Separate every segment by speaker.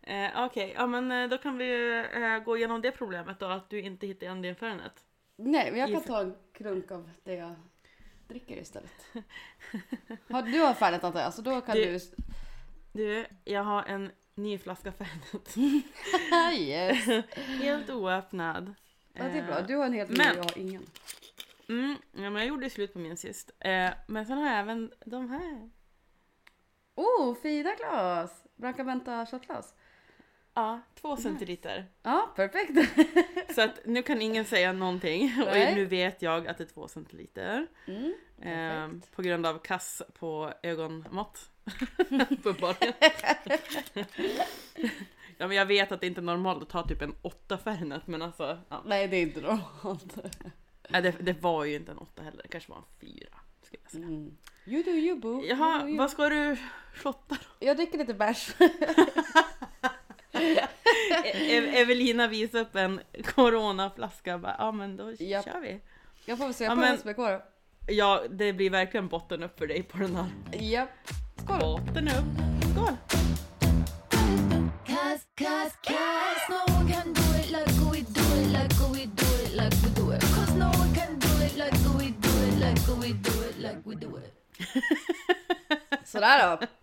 Speaker 1: Okej, ja men då kan vi gå igenom det problemet då, att du inte hittar igen din Fernet.
Speaker 2: Nej, men jag kan ta en klunk av det jag dricker istället. Du har Fernet antar jag, så då kan du...
Speaker 1: Du, jag har en ny flaska Fernet.
Speaker 2: Yes.
Speaker 1: Helt oöppnad.
Speaker 2: Ja, det är bra. Du har en helt ny och jag har ingen.
Speaker 1: Ja, men jag gjorde slut på min sist. Men sen har jag även de här.
Speaker 2: Fina glas. Brancamenta shotglas.
Speaker 1: Ja, 2 centiliter.
Speaker 2: Ja, perfekt.
Speaker 1: Så att nu kan ingen säga någonting.
Speaker 2: Nej.
Speaker 1: Och nu vet jag att det är 2 centiliter. På grund av kass på ögonmått. Uppenbarligen. Ja, men jag vet att det inte är normalt att ta typ en 8 Fernet, men alltså... Ja.
Speaker 2: Nej, det är inte normalt.
Speaker 1: Nej, det var ju inte en 8 heller. Det kanske var en 4, skulle jag säga.
Speaker 2: You do you, boo.
Speaker 1: Jaha, vad ska du shotta då?
Speaker 2: Jag dricker lite bärs.
Speaker 1: Evelina visar upp en coronaflaska. Ja, men då kör vi.
Speaker 2: Jag får väl se på vad som är kvar.
Speaker 1: Ja, det blir verkligen botten upp för dig på den här.
Speaker 2: Japp. Skål.
Speaker 1: Botten upp. Skål.
Speaker 3: Cause no one can do it like we do it, like we do it, like we do it. Cause no one can do it like we do it, like we do it, like we do it.
Speaker 2: Sådär då.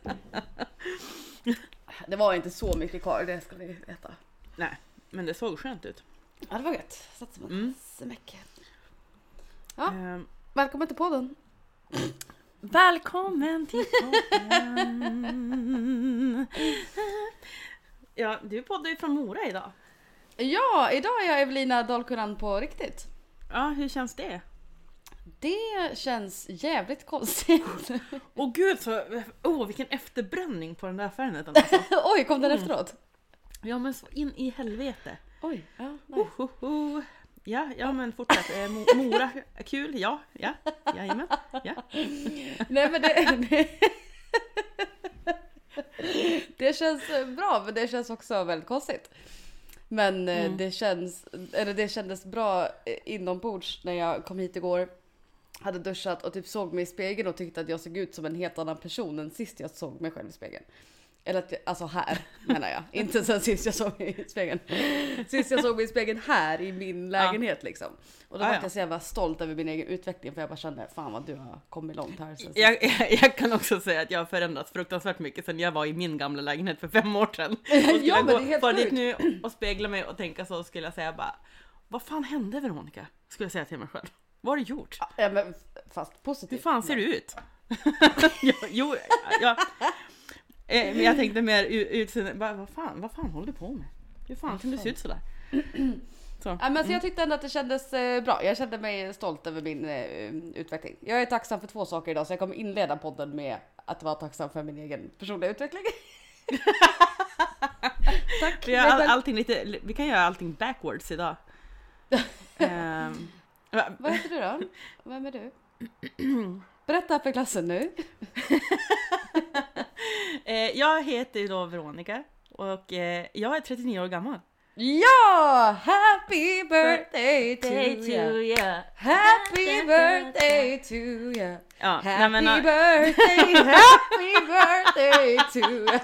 Speaker 2: Det var inte så mycket kvar, det ska ni veta.
Speaker 1: Nej, men det såg skönt ut.
Speaker 2: Ja, det var gött. Satt som en smäck. Ja, välkommen till podden.
Speaker 1: Välkommen till podden. Ja, du poddar ju från Mora idag.
Speaker 2: Ja, idag är jag Evelina Dalkurran på riktigt.
Speaker 1: Ja, hur känns det?
Speaker 2: Det känns jävligt konstigt.
Speaker 1: Åh gud, vilken efterbränning på den där Ferneten alltså.
Speaker 2: Oj, kom den efteråt?
Speaker 1: Ja, men så in i helvete.
Speaker 2: Oj, ja, nice.
Speaker 1: Ja, men fortsätt. Mora, kul, jajamän. Ja.
Speaker 2: Nej, men det känns bra, men det känns också väldigt konstigt. Men det kändes bra inombords när jag kom hit igår. Hade duschat och typ såg mig i spegeln och tyckte att jag såg ut som en helt annan person än sist jag såg mig själv i spegeln. Eller att alltså här menar jag. Inte sen sist jag såg mig i spegeln. Sist jag såg mig i spegeln här i min lägenhet liksom. Och då var jag så jävla stolt över min egen utveckling. För jag bara kände, fan vad du har kommit långt här.
Speaker 1: Jag kan också säga att jag har förändrats fruktansvärt mycket sen jag var i min gamla lägenhet för 5 år sedan.
Speaker 2: Ja, men det är helt
Speaker 1: sjukt. Dit nu och spegla mig och tänka så skulle jag säga bara, vad fan hände Veronica? Skulle jag säga till mig själv. Vad har du gjort?
Speaker 2: Ja, men fast positivt.
Speaker 1: Hur fan ser du ut? Men jag tänkte mer utseende, vad fan håller du på med? Hur fan kan du se ut sådär? Så.
Speaker 2: Ja, men så jag tyckte ändå att det kändes bra. Jag kände mig stolt över min utveckling. Jag är tacksam för 2 saker idag, så jag kommer inleda podden med att vara tacksam för min egen personliga utveckling. Tack.
Speaker 1: Vi kan göra allting backwards idag.
Speaker 2: Vad heter du då? Vem är du? Berätta för klassen nu.
Speaker 1: Jag heter då Veronica och jag är 39 år gammal.
Speaker 2: Ja! Happy birthday to you. Happy birthday to you.
Speaker 1: Ja,
Speaker 2: happy birthday to you.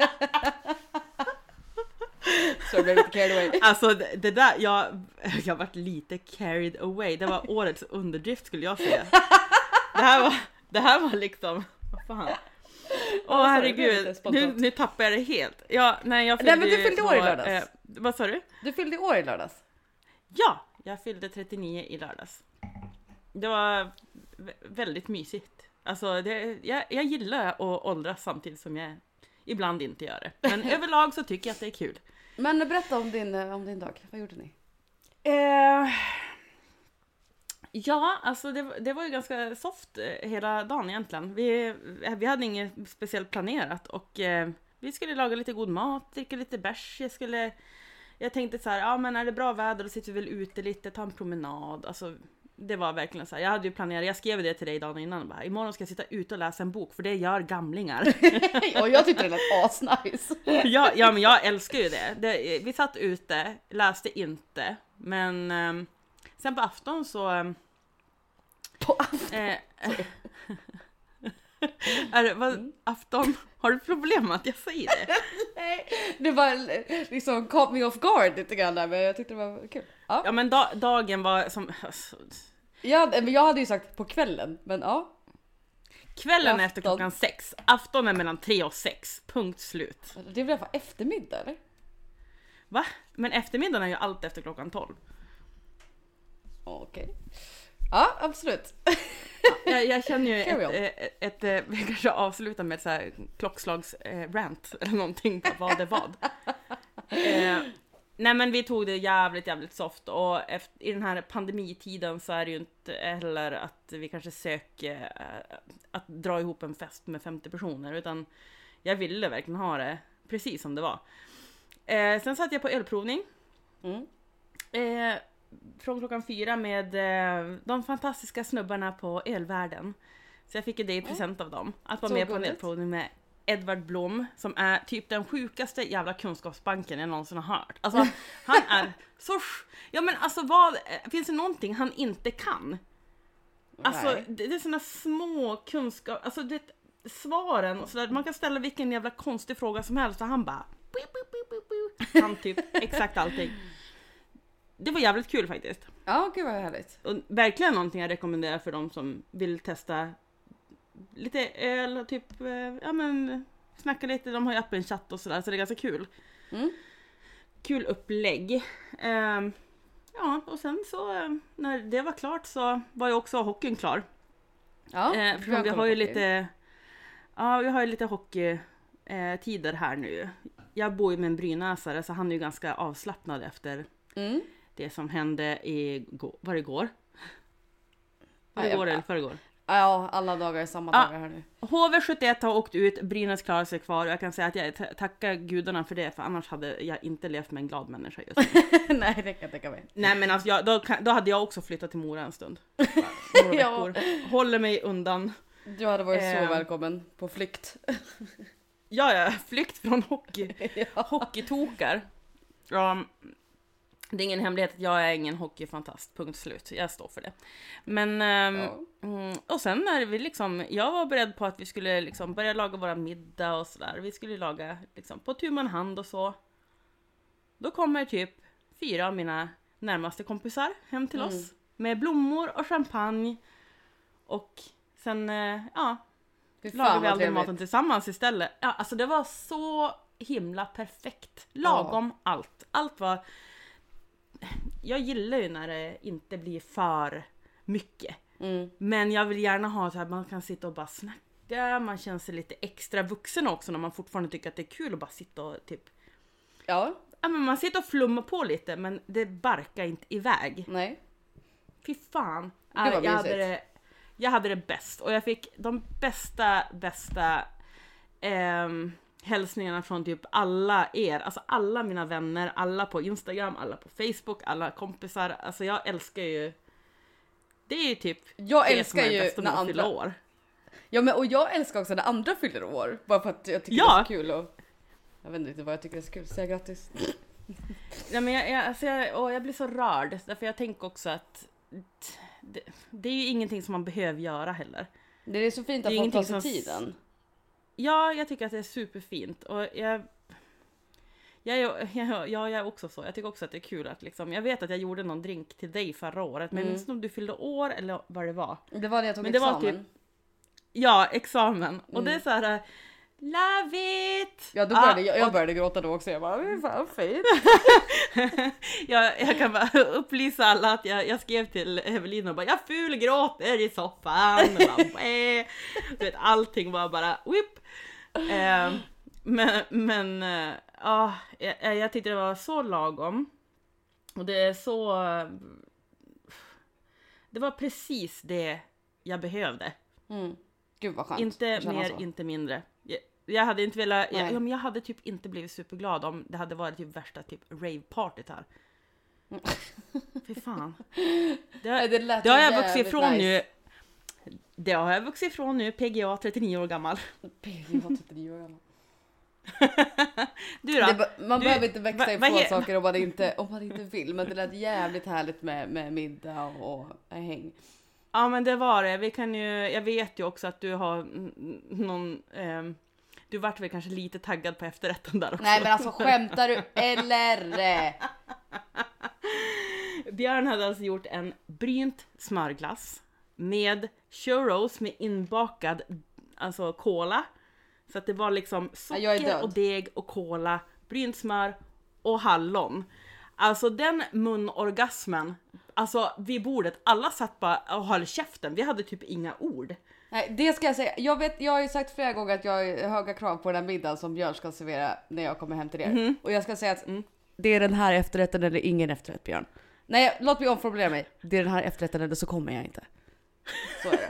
Speaker 2: Så jag blev lite carried away.
Speaker 1: Alltså det där, jag varit lite carried away. Det var årets underdrift skulle jag säga. Det här var liksom, vad fan. Herregud, nu tappar jag det helt. Nej, men
Speaker 2: du fyllde år i lördags.
Speaker 1: Vad sa du?
Speaker 2: Du fyllde år i lördags.
Speaker 1: Ja, jag fyllde 39 i lördags. Det var väldigt mysigt. Alltså, jag gillar att åldras samtidigt som jag ibland inte gör det. Men överlag så tycker jag att det är kul.
Speaker 2: Men berätta om din dag. Vad gjorde ni?
Speaker 1: Ja, alltså det var ju ganska soft hela dagen egentligen. Vi hade inget speciellt planerat och vi skulle laga lite god mat, dricka lite bärs. Jag tänkte så här, ja men är det bra väder då sitter vi väl ute lite, ta en promenad. Alltså det var verkligen så här, jag hade ju planerat, jag skrev det till dig dagen innan och bara, imorgon ska jag sitta ute och läsa en bok för det gör gamlingar.
Speaker 2: Och jag tyckte det lät asnice.
Speaker 1: Ja, men jag älskar ju det. Vi satt ute, läste inte, men sen på afton så...
Speaker 2: På afton?
Speaker 1: Afton? Har du problem med att jag säger det?
Speaker 2: Det var liksom caught me off guard lite grann där, men jag tyckte det var kul. Ja,
Speaker 1: Ja men dagen var som...
Speaker 2: men jag hade ju sagt på kvällen, men ja.
Speaker 1: Kvällen är
Speaker 2: Afton.
Speaker 1: efter klockan 6. Afton är mellan 3 och 6. Punkt slut.
Speaker 2: Det är väl för eftermiddag eller?
Speaker 1: Va? Men eftermiddagen är ju allt efter klockan 12.
Speaker 2: Okej. Ja, absolut.
Speaker 1: Jag känner ju
Speaker 2: Carry on.
Speaker 1: vi kanske avslutar med ett så här klockslags rant eller någonting på vad det vad. Nej men vi tog det jävligt soft och i den här pandemitiden så är det ju inte heller att vi kanske söker att dra ihop en fest med 50 personer utan jag ville verkligen ha det precis som det var. Sen satt jag på ölprovning. Från klockan 4 med de fantastiska snubbarna på Ölvärlden. Så jag fick det i present av dem. Att vara
Speaker 2: Så
Speaker 1: med på en
Speaker 2: gulligt.
Speaker 1: ölprovning med Edvard Blom som är typ den sjukaste jävla kunskapsbanken jag någonsin har hört. Alltså han är så... Ja men alltså finns det någonting han inte kan? Alltså
Speaker 2: Nej.
Speaker 1: det är såna små kunskap, alltså det svaren och sådär, man kan ställa vilken jävla konstig fråga som helst och han bara han typ exakt allting. Det var jävligt kul faktiskt.
Speaker 2: Ja, gud vad härligt.
Speaker 1: Och verkligen någonting jag rekommenderar för de som vill testa lite öl och typ, ja men snacka lite, de har ju öppen chatt och sådär så det är ganska kul. Kul upplägg. Ja, och sen så när det var klart så var ju också hockeyn klar.
Speaker 2: Ja,
Speaker 1: För vi har ju lite, ja vi har ju lite hockeytider här nu. Jag bor ju med en brynäsare så han är ju ganska avslappnad efter det som hände var det igår? Var det igår eller förrgår?
Speaker 2: Ja, alla dagar är samma dagar här nu.
Speaker 1: HV71 har åkt ut, Brynäs klarar sig kvar och jag kan säga att jag tackar gudarna för det för annars hade jag inte levt med en glad människa just nu.
Speaker 2: Nej, det kan jag tänka mig.
Speaker 1: Nej men alltså då hade jag också flyttat till Mora en stund. Några
Speaker 2: Ja.
Speaker 1: veckor. Håller mig undan.
Speaker 2: Du hade varit så välkommen på flykt.
Speaker 1: Ja, flykt från
Speaker 2: Ja.
Speaker 1: hockeytokar. Det är ingen hemlighet att jag är ingen hockeyfantast, punkt slut. Jag står för det. Men, och sen när vi liksom, jag var beredd på att vi skulle liksom börja laga våra middag och sådär. Vi skulle laga liksom på tu man hand och så. Då kommer typ 4 av mina närmaste kompisar hem till oss. Med blommor och champagne. Och sen,
Speaker 2: Fy fan,
Speaker 1: lagar vi
Speaker 2: vad
Speaker 1: aldrig
Speaker 2: trevligt.
Speaker 1: maten tillsammans istället. Ja, alltså det var så himla perfekt. Lagom allt. Allt var... Jag gillar ju när det inte blir för mycket. Men jag vill gärna ha så här, man kan sitta och bara snacka. Man känner sig lite extra vuxen också när man fortfarande tycker att det är kul att bara sitta och typ...
Speaker 2: Ja,
Speaker 1: Ja, men man sitter och flummar på lite men det barkar inte iväg.
Speaker 2: nej.
Speaker 1: Fy fan.
Speaker 2: Gud, vad
Speaker 1: Jag hade det bäst. Och jag fick de bästa hälsningarna från typ alla er. Alltså alla mina vänner. Alla på Instagram, alla på Facebook, alla kompisar. Alltså jag älskar ju... Det är ju typ
Speaker 2: Jag
Speaker 1: det
Speaker 2: älskar
Speaker 1: som är
Speaker 2: ju
Speaker 1: bäst om
Speaker 2: när
Speaker 1: att fylla
Speaker 2: andra...
Speaker 1: år.
Speaker 2: Ja, men och jag älskar också när andra fyller år. Bara för att jag tycker
Speaker 1: Ja.
Speaker 2: det är så kul och... Jag vet inte vad jag tycker är så kul. Säg grattis.
Speaker 1: Ja, men jag blir så rörd. Därför jag tänker också att det är ju ingenting som man behöver göra heller.
Speaker 2: Det är så fint att
Speaker 1: Det är
Speaker 2: få ta
Speaker 1: ingenting
Speaker 2: sig
Speaker 1: som-
Speaker 2: tiden.
Speaker 1: Ja, jag tycker att det är superfint. Och jag är också så. Jag tycker också att det är kul att liksom... Jag vet att jag gjorde någon drink till dig förra året. Men jag minns inte om du fyllde år eller vad det var.
Speaker 2: Det var det jag tog
Speaker 1: Men det var
Speaker 2: examen.
Speaker 1: typ- Ja, examen. Och det är så här... Love it!
Speaker 2: Ja, då började jag började gråta då också. Jag bara, det är fan fint.
Speaker 1: Jag kan bara upplysa alla att jag skrev till Evelina och bara jag fulgråter i soffan. Och bara, du vet, allting var bara whip. Jag tyckte det var så lagom. Och det är så... Det var precis det jag behövde.
Speaker 2: Gud vad skönt.
Speaker 1: Inte
Speaker 2: att känna
Speaker 1: mer,
Speaker 2: så.
Speaker 1: inte mindre. Jag hade inte velat...
Speaker 2: Nej.
Speaker 1: men jag hade typ inte blivit superglad om det hade varit typ värsta typ rave-partyt här. Fy fan.
Speaker 2: Det lät
Speaker 1: Det har jag
Speaker 2: jävligt
Speaker 1: vuxit ifrån
Speaker 2: nice.
Speaker 1: nu. Det har jag vuxit ifrån nu. PGA 39 år gammal.
Speaker 2: PG var 39 år gammal.
Speaker 1: Du då?
Speaker 2: Man
Speaker 1: Du-
Speaker 2: behöver inte växa
Speaker 1: vad
Speaker 2: ifrån
Speaker 1: he-
Speaker 2: saker om man inte vill. Men det lät jävligt härligt med middag och häng.
Speaker 1: Ja men det var det. Jag vet ju också att du har du vart väl kanske lite taggad på efterrätten där också.
Speaker 2: Nej men alltså skämtar du eller?
Speaker 1: Björn hade alltså gjort en brynt smörglass med churros med inbakad alltså kola. Så att det var liksom socker och deg och kola, brynt smör och hallon. Alltså den munorgasmen, alltså vid bordet, alla satt bara och höll käften. Vi hade typ inga ord.
Speaker 2: Nej, det ska jag säga. Jag har ju sagt flera gånger att jag har höga krav på den här middagen som Björn ska servera när jag kommer hem till er. Och jag ska säga att det är den här efterrätten eller ingen efterrätt, Björn. Nej, låt mig omformulera mig. Det är den här efterrätten eller så kommer jag inte. Så är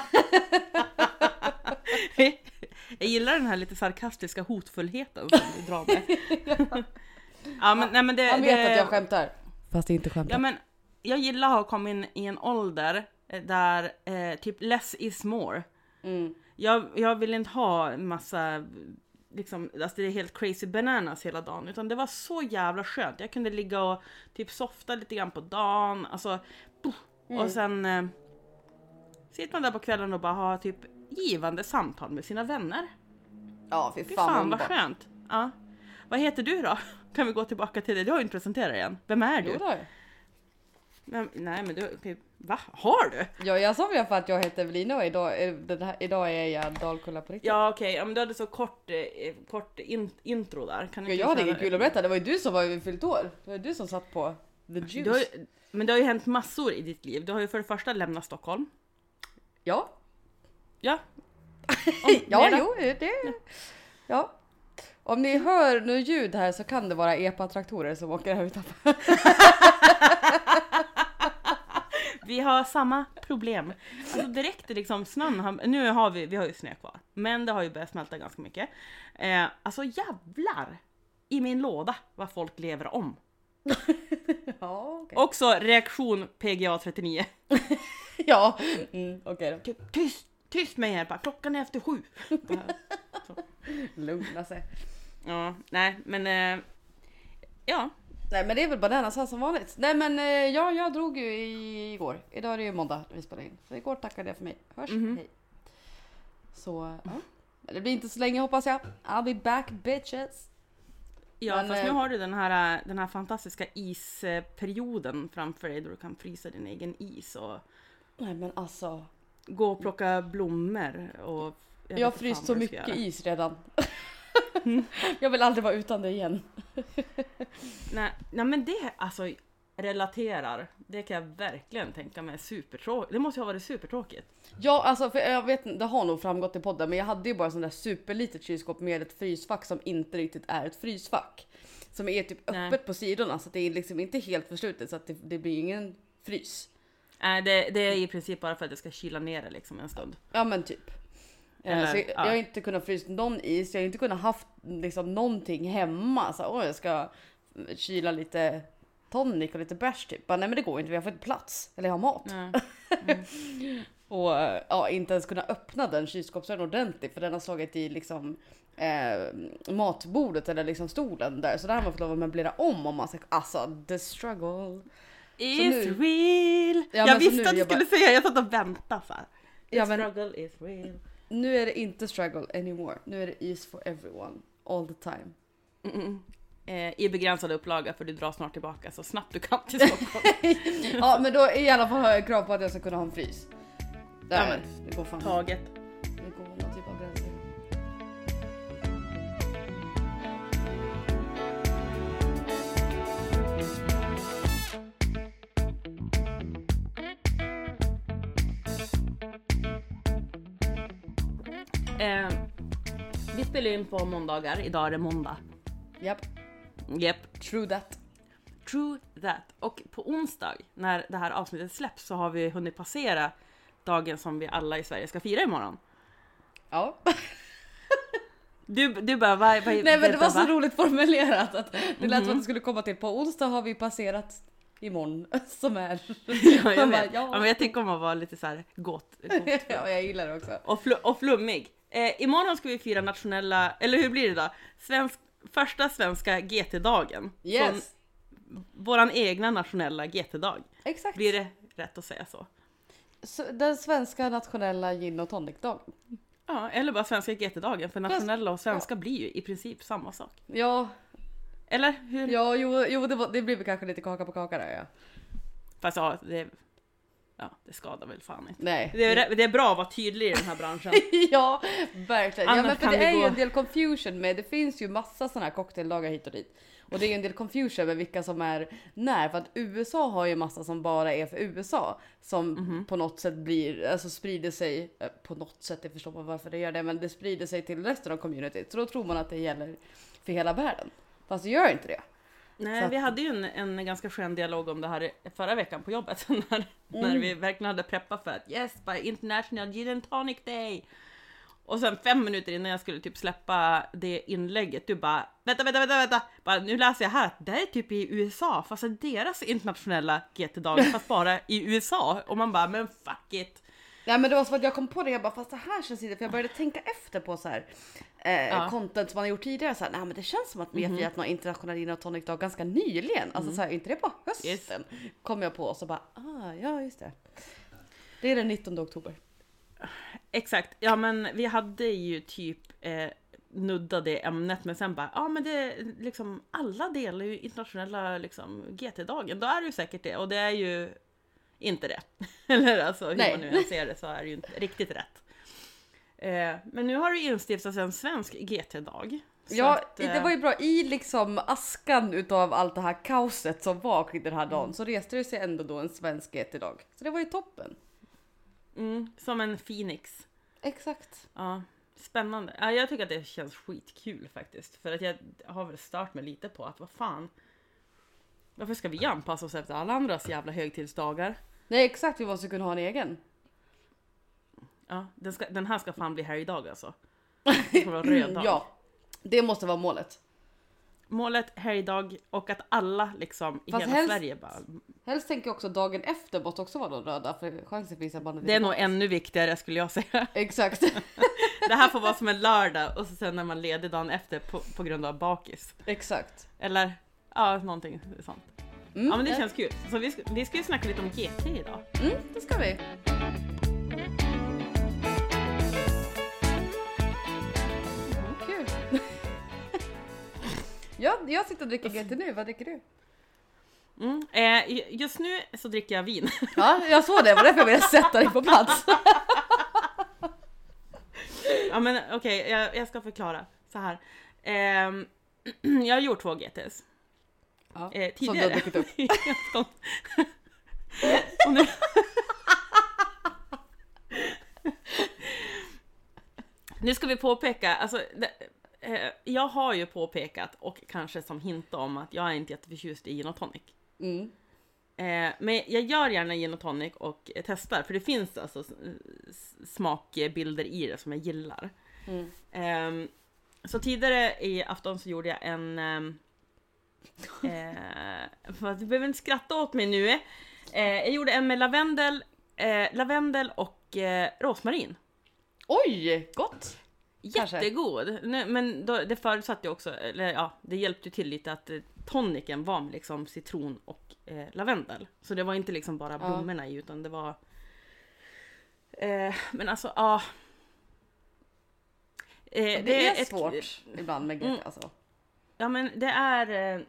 Speaker 2: det.
Speaker 1: Jag gillar den här lite sarkastiska hotfullheten som du drar med. Ja, men, nej, men det,
Speaker 2: han vet att jag skämtar. Fast det inte skämtar.
Speaker 1: Ja, men jag gillar att ha kommit in i en ålder där typ less is more. Jag vill inte ha en massa liksom, alltså det är helt crazy bananas hela dagen, utan det var så jävla skönt. Jag kunde ligga och typ softa lite grann på dagen, alltså och sen sitter man där på kvällen och bara ha typ givande samtal med sina vänner.
Speaker 2: Ja, fy fan
Speaker 1: vad skönt. Ja. Vad heter du då? Kan vi gå tillbaka till det? Du har ju inte presenterat igen. Vem är du?
Speaker 2: Jo då.
Speaker 1: Nej men du, va? Har du?
Speaker 2: Ja, jag sa väl för att jag heter Evelina och idag är jag Dalkulla på riktigt.
Speaker 1: Ja okej, men du hade så kort intro där. Kan
Speaker 2: jag hade inget kul att berätta, det var ju du som var fyllt år. Det var ju du som satt på the juice.
Speaker 1: Men det har ju hänt massor i ditt liv. Du har ju för det första lämnat Stockholm.
Speaker 2: Ja.
Speaker 1: Ja.
Speaker 2: Ja. Om ni hör något ljud här så kan det vara EPA-traktorer som åker här utanför.
Speaker 1: Vi har samma problem. Alltså direkt liksom snön, nu har vi har ju snö kvar. Men det har ju börjat smälta ganska mycket. Alltså jävlar i min låda vad folk lever om.
Speaker 2: Ja, okay.
Speaker 1: Också reaktion PGA 39.
Speaker 2: Ja, okej då.
Speaker 1: Tyst med er, bara klockan är efter 7.
Speaker 2: Lugna sig.
Speaker 1: Ja, nej, men ja.
Speaker 2: Nej, men det är väl bananas här som vanligt. Nej, men jag drog ju igår. Idag är det ju måndag vi spelar in. Så igår tackade jag för mig. Hörs, hej. Så, ja. Det blir inte så länge hoppas jag. I'll be back bitches.
Speaker 1: Ja, men, fast nu har du den här fantastiska isperioden framför dig då du kan frysa din egen is och
Speaker 2: nej, men alltså
Speaker 1: gå och plocka blommor och
Speaker 2: jag har fryst så mycket is redan. Jag vill aldrig vara utan det igen.
Speaker 1: Nej, men det alltså relaterar. Det kan jag verkligen tänka mig supertråkigt. Det måste ju ha varit supertråkigt.
Speaker 2: Ja, alltså för jag vet, det har nog framgått i podden, men jag hade ju bara sån där superlitet kylskåp med ett frysfack som inte riktigt är ett frysfack. Som är typ öppet på sidorna så att det är liksom inte helt förslutet så att det blir ingen frys.
Speaker 1: Nej, det är i princip bara för att det ska kyla ner det liksom en stund.
Speaker 2: Ja, men typ.
Speaker 1: Eller,
Speaker 2: så jag har inte kunnat frysa någon is, jag har inte kunnat haft liksom någonting hemma. Så jag ska kyla lite tonic och lite bärs typ. Nej men det går inte, vi har fått plats. Eller jag har mat. Och ja, inte ens kunna öppna den kylskåpsdörren ordentligt. För den har slagit i liksom matbordet eller liksom stolen där. Så där har man fått lov att möblera om man ska, alltså the struggle.
Speaker 1: Is real.
Speaker 2: Ja,
Speaker 1: jag visste att du skulle säga, jag satt och väntade så här. The struggle is real.
Speaker 2: Nu är det inte struggle anymore. Nu är det is for everyone. All the time.
Speaker 1: I begränsad upplaga för du drar snart tillbaka så snabbt du kan till Stockholm.
Speaker 2: Ja, men då är i alla fall har jag krav på att jag ska kunna ha en frys.
Speaker 1: Ja, men
Speaker 2: det går fan.
Speaker 1: Taget.
Speaker 2: Det går någon typ av bränsle.
Speaker 1: Vi spelar in på måndagar. Idag är det måndag.
Speaker 2: Yep. True that.
Speaker 1: Och på onsdag, när det här avsnittet släpps, så har vi hunnit passera dagen som vi alla i Sverige ska fira imorgon.
Speaker 2: Ja.
Speaker 1: Du bara, vad
Speaker 2: nej men det var så roligt formulerat att det lät som att det skulle komma till på onsdag har vi passerat imorgon som är.
Speaker 1: Ja, jag vet. Ja, men jag tänker om att vara lite så här gott.
Speaker 2: Ja, jag gillar det också.
Speaker 1: Och flummig. Imorgon ska vi fira nationella, eller hur blir det då? Första svenska GT-dagen.
Speaker 2: Yes.
Speaker 1: Våran egna nationella GT-dag.
Speaker 2: Exakt.
Speaker 1: Blir det rätt att säga så?
Speaker 2: Den svenska nationella gin och tonic-dagen.
Speaker 1: Ja, eller bara svenska GT-dagen, för nationella och svenska blir ju i princip samma sak.
Speaker 2: Ja,
Speaker 1: Eller hur?
Speaker 2: ja jo det blir väl kanske lite kaka på kaka där, ja.
Speaker 1: Fast det skadar väl fan inte.
Speaker 2: Nej.
Speaker 1: Det är bra att vara tydlig i den här branschen.
Speaker 2: Ja, verkligen. Ja,
Speaker 1: Annars
Speaker 2: men för
Speaker 1: kan
Speaker 2: det
Speaker 1: vi
Speaker 2: är ju
Speaker 1: gå-
Speaker 2: en del confusion med, det finns ju massa såna här cocktaildagar hit och dit. Och det är ju en del confusion med vilka som är när, för att USA har ju massa som bara är för USA. Som på något sätt sprider sig, på något sätt, jag förstår man varför det gör det, men det sprider sig till resten av communityt. Så då tror man att det gäller för hela världen. Fast det gör inte det.
Speaker 1: Nej,
Speaker 2: Så att-
Speaker 1: vi hade ju en ganska skön dialog om det här förra veckan på jobbet. När vi verkligen hade preppat för att yes, by International Gin and Tonic Day. Och sen 5 minuter innan jag skulle typ släppa det inlägget, du bara vänta. Bara, nu läser jag här att det är typ i USA, fast det är deras internationella GT-dag, fast bara i USA. Och man bara, men fuck it.
Speaker 2: Nej, men det var så att jag kom på det, jag bara, fast det här känns inte, för jag började tänka efter på så här content som man har gjort tidigare, så här, nej men det känns som att vi har firat någon internationell gin och tonic dag ganska nyligen, alltså så här, inte det på hösten, kom jag på, och så bara, ja just det. Det är den 19 oktober.
Speaker 1: Exakt, ja men vi hade ju typ nuddade ämnet, men sen bara, ja men det liksom, alla delar ju internationella liksom GT-dagen, då är det ju säkert det, och det är ju inte det. Eller alltså hur
Speaker 2: Nej.
Speaker 1: man nu än ser det, så är det ju inte riktigt rätt. Men nu har det instiftats en svensk GT-dag. Så
Speaker 2: Ja,
Speaker 1: att,
Speaker 2: det var ju bra, i liksom askan utav allt det här kaoset som var kring den här dagen, så reste det sig ändå då en svensk GT-dag. Så det var ju toppen.
Speaker 1: som en Phoenix.
Speaker 2: Exakt.
Speaker 1: Ja, spännande. Ja, jag tycker att det känns skitkul faktiskt. För att jag har väl stört mig lite på att vad fan. Varför ska vi anpassa oss efter alla andras jävla högtidsdagar?
Speaker 2: Nej, exakt, vi måste kunna ha en egen.
Speaker 1: Ja, den här ska fan bli helgdag alltså. Det kommer vara röd dag.
Speaker 2: Ja, det måste vara målet.
Speaker 1: Målet helgdag, och att alla liksom i
Speaker 2: Fast
Speaker 1: hela
Speaker 2: helst-
Speaker 1: Sverige bara.
Speaker 2: Helst tänker jag också dagen efter måste också vara de röda, för chansen finns att man
Speaker 1: Det är nog ännu viktigare skulle jag säga.
Speaker 2: Exakt.
Speaker 1: Det här får vara som en lördag och så sen när man leder dagen efter på grund av bakis.
Speaker 2: Exakt.
Speaker 1: Eller ja, någonting sånt.
Speaker 2: Mm,
Speaker 1: Ja men det känns kul. Så vi ska ju snacka lite om GT idag.
Speaker 2: det ska vi. Kul. Jag sitter och dricker GT nu, vad dricker du?
Speaker 1: Just nu så dricker jag vin.
Speaker 2: Ja, jag såg det, var därför jag ville sätta dig på plats.
Speaker 1: Ja men okej, jag ska förklara så här. Jag har gjort 2 GTs.
Speaker 2: Ja, som
Speaker 1: Tidigare.
Speaker 2: du har druckit upp.
Speaker 1: Och nu... Nu ska vi påpeka, alltså jag har ju påpekat och kanske som hint om att jag är inte jätteförtjust i gin och tonic. Men jag gör gärna gin och tonic och testar, för det finns alltså smakbilder i det som jag gillar. Så tidigare i afton så gjorde jag en du behöver inte skratta åt mig nu. Jag gjorde en med lavendel och rosmarin.
Speaker 2: Oj, gott! Kanske.
Speaker 1: Jättegod. Men det förutsatte ju också, eller ja, det hjälpte ju till lite att toniken var med liksom citron och lavendel. Så det var inte liksom bara blommorna i, utan det var men alltså ja.
Speaker 2: Det är svårt ibland med GT alltså.
Speaker 1: Ja men det är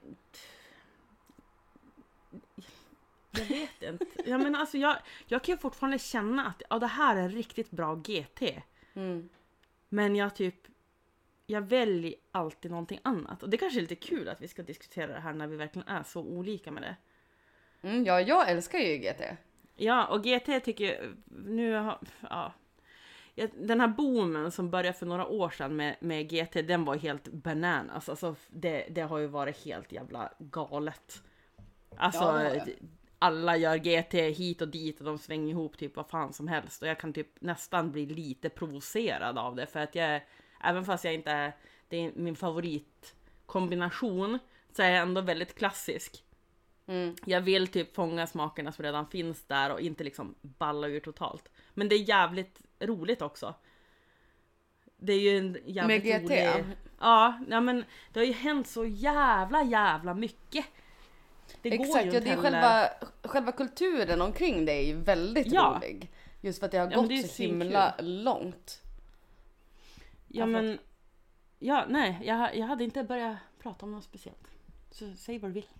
Speaker 1: jag vet inte. Ja men alltså jag kan ju fortfarande känna att det här är riktigt bra GT. Men jag väljer alltid någonting annat. Och det kanske är lite kul att vi ska diskutera det här när vi verkligen är så olika med det.
Speaker 2: Ja, jag älskar ju GT.
Speaker 1: Ja, och GT tycker jag den här boomen som började för några år sedan med GT, den var helt bananas. Alltså det har ju varit helt jävla galet. Alltså alla gör GT hit och dit och de svänger ihop typ vad fan som helst. Och jag kan typ nästan bli lite provocerad av det, för att även fast jag inte det är min favoritkombination, så är jag ändå väldigt klassisk. Jag vill typ fånga smakerna som redan finns där och inte liksom balla ur totalt. Men det är jävligt roligt också. Det är ju en jävligt
Speaker 2: med GT?
Speaker 1: rolig... Ja, men det har ju hänt så jävla mycket. Det
Speaker 2: Exakt,
Speaker 1: går ju
Speaker 2: ja, det är själva kulturen omkring det är ju väldigt rolig. Just för att det har gått
Speaker 1: det är
Speaker 2: så himla långt.
Speaker 1: Ja, men... Ja, nej. Jag hade inte börjat prata om något speciellt. Så säg vad du vill.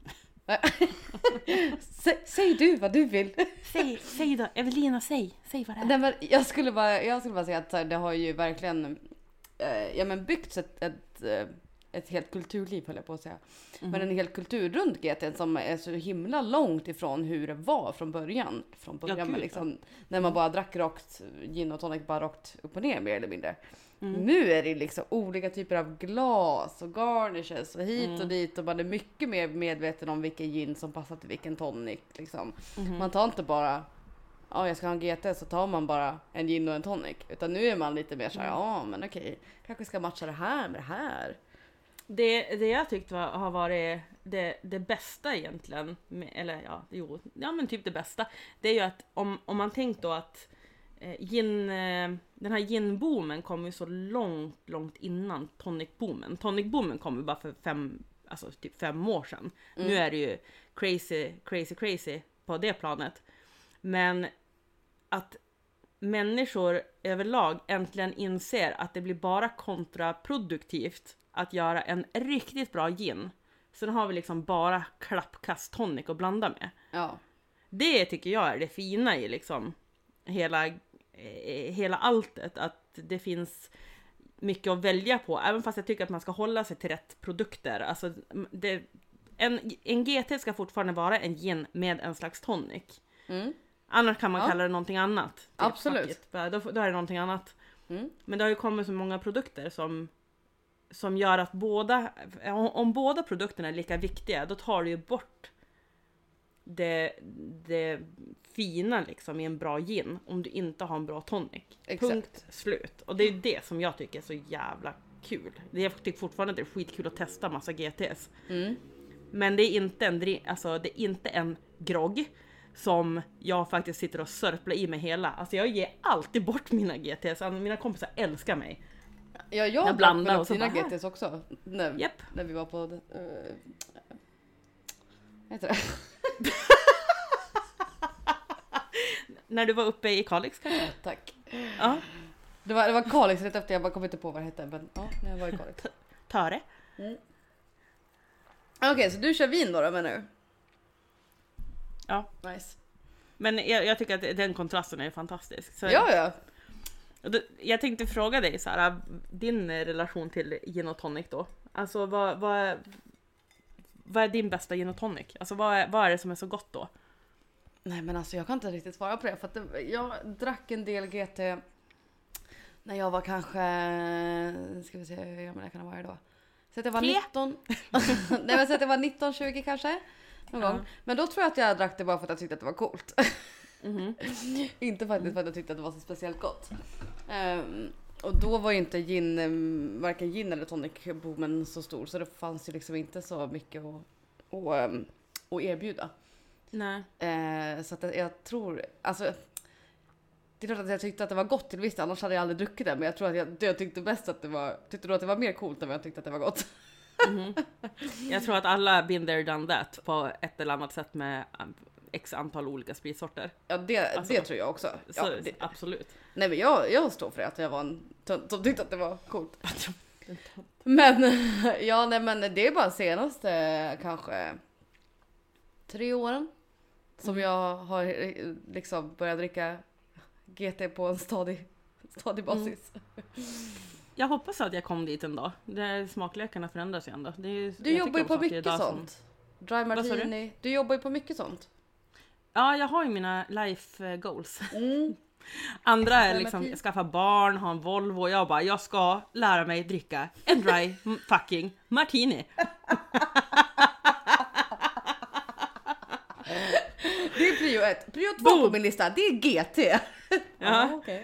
Speaker 2: Säg du vad du vill.
Speaker 1: Säg då. Evelina, säg vad det är.
Speaker 2: Nej, men jag skulle bara säga att så här, det har ju verkligen byggts ett helt kulturliv, höll jag på att säga. Men en hel kultur runt GT som är så himla långt ifrån hur det var från början. Men liksom, när man bara drack rakt gin och tonic bara rakt upp och ner mer eller mindre. Nu är det liksom olika typer av glas och garnishes och hit och dit, och man är mycket mer medveten om vilken gin som passar till vilken tonic liksom. Man tar inte bara jag ska ha en GT, så tar man bara en gin och en tonic, utan nu är man lite mer så här, men okej, kanske ska matcha det här med det här. Det
Speaker 1: jag tyckte har varit det bästa egentligen, men typ det bästa, det är ju att om man tänkt då att den här gin-boomen kom ju så långt innan tonic-boomen. Tonic-boomen kom ju bara för 5 år sedan. Nu är det ju crazy på det planet. Men att människor överlag äntligen inser att det blir bara kontraproduktivt att göra en riktigt bra gin. Så då har vi liksom bara klappkast tonic att blanda med.
Speaker 2: Ja.
Speaker 1: Det tycker jag är det fina i liksom hela alltet, att det finns mycket att välja på, även fast jag tycker att man ska hålla sig till rätt produkter. Alltså en GT ska fortfarande vara en gin med en slags tonic. Annars kan man kalla det någonting annat.
Speaker 2: Absolut.
Speaker 1: Då är det någonting annat. Men det har ju kommit så många produkter som gör att om båda produkterna är lika viktiga, då tar du ju bort det fina liksom i en bra gin om du inte har en bra tonic.
Speaker 2: Exakt.
Speaker 1: Punkt slut. Och det är det som jag tycker är så jävla kul. Jag tycker fortfarande att det är skitkul att testa massa GTs. Men det är inte en grogg som jag faktiskt sitter och sörplar i mig hela. Alltså jag ger alltid bort mina GTs. Mina kompisar älskar mig.
Speaker 2: Ja, jag blandar och dina GTs också. När vi var på heter det?
Speaker 1: När du var uppe i Kalix kanske?
Speaker 2: Tack.
Speaker 1: Ja.
Speaker 2: Det var Kalix rätt efter, jag bara kom inte på vad det hette, men när jag var i Kalix.
Speaker 1: Töre.
Speaker 2: Okej, så du kör vin då menar du?
Speaker 1: Ja.
Speaker 2: Nice.
Speaker 1: Men jag tycker att den kontrasten är fantastisk. Så
Speaker 2: Ja.
Speaker 1: Jag tänkte fråga dig så här, din relation till gin och tonic då. Alltså vad är din bästa gin och tonic? Alltså vad är det som är så gott då?
Speaker 2: Nej, men alltså jag kan inte riktigt svara på det, för att jag drack en del GT när jag var kanske, ska vi se hur gammal jag kan ha varit då. Så att jag var 19. Nej, men så att jag var 19-20 kanske någon gång. Men då tror jag att jag drack det bara för att jag tyckte att det var coolt. Inte faktiskt för att jag tyckte att det var så speciellt gott. Och då var ju inte varken gin eller tonic-boomen så stor, så det fanns ju liksom inte så mycket att erbjuda.
Speaker 1: Nej.
Speaker 2: Så att jag tror, alltså det är klart att jag tyckte att det var gott till visst, annars hade jag aldrig druckit det, men jag tror att jag tyckte bäst att tyckte då att det var mer coolt än vad jag tyckte att det var gott.
Speaker 1: Jag tror att alla been there done that på ett eller annat sätt med x antal olika spritsorter.
Speaker 2: Ja, det tror jag också.
Speaker 1: Så, absolut.
Speaker 2: Nej, men jag står för det, att jag var en tönt som tyckte att det var coolt. Men men det är bara senaste kanske 3 åren som jag har liksom börjat dricka GT på en stadig basis.
Speaker 1: Jag hoppas att jag kom dit en dag. Smaklökarna förändras ju ändå.
Speaker 2: Du jobbar ju på mycket sånt. Dry martini. Du jobbar ju på mycket sånt.
Speaker 1: Ja, jag har ju mina life goals. Andra är liksom skaffa barn, ha en Volvo. Jag ska lära mig dricka en dry fucking martini.
Speaker 2: Det är prio 1. Prio 2 på min lista, det är GT.
Speaker 1: Ja.
Speaker 2: Okej.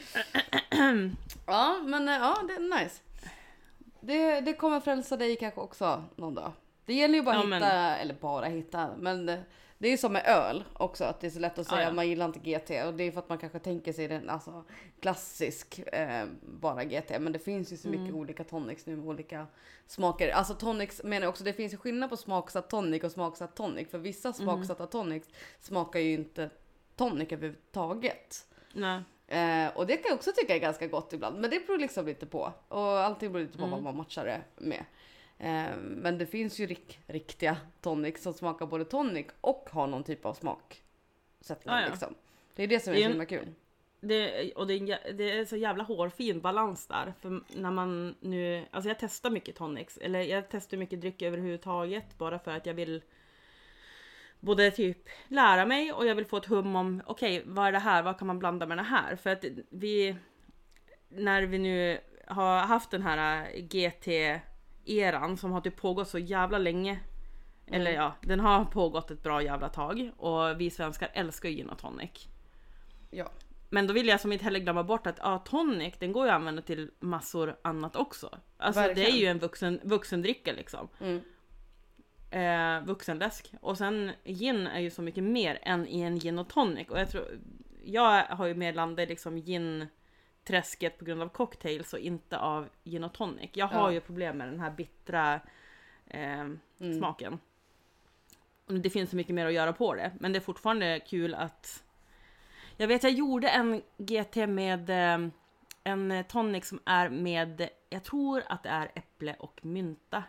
Speaker 2: Ja, men det är nice. Det kommer frälsa dig kanske också någon dag. Det gäller ju bara hitta, men det är ju som med öl också, att det är så lätt att säga att man gillar inte GT, och det är för att man kanske tänker sig den klassisk bara GT, men det finns ju så mycket olika tonics nu med olika smaker. Alltså tonics menar jag också, det finns ju skillnad på smaksatt tonic och smaksatt tonic, för vissa smaksatta tonics smakar ju inte tonic överhuvudtaget.
Speaker 1: Nej.
Speaker 2: Och det kan jag också tycka är ganska gott ibland. Men det beror liksom lite på. Och allting beror lite på vad man matchar det med. Men det finns ju riktiga tonic som smakar både tonic och har någon typ av smaksättning. Liksom. Det är det som är så himla kul.
Speaker 1: Det är så jävla hårfin balans där. För när man nu, alltså jag testar mycket tonics. Eller jag testar mycket dryck överhuvudtaget. Bara för att jag vill både typ lära mig och jag vill få ett hum om okej, vad är det här? Vad kan man blanda med det här? För att när vi nu har haft den här GT-eran som har typ pågått så jävla länge. Eller ja, den har pågått ett bra jävla tag. Och vi svenskar älskar ju gin och tonic.
Speaker 2: Ja.
Speaker 1: Men då vill jag som inte heller glömma bort att tonic, den går ju att använda till massor annat också. Alltså
Speaker 2: verkligen.
Speaker 1: det är ju en vuxendricka liksom. Vuxenläsk. Och sen gin är ju så mycket mer än i en gin och tonic. Och jag har ju mer landat liksom gin-träsket på grund av cocktails och inte av gin och tonic. Jag har ju problem med den här bittra smaken. Och det finns så mycket mer att göra på det. Men det är fortfarande kul att... Jag vet, jag gjorde en GT med en tonic som är med, jag tror att det är äpple och mynta.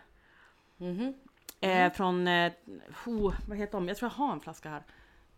Speaker 1: Från, vad heter de? Jag tror jag har en flaska här.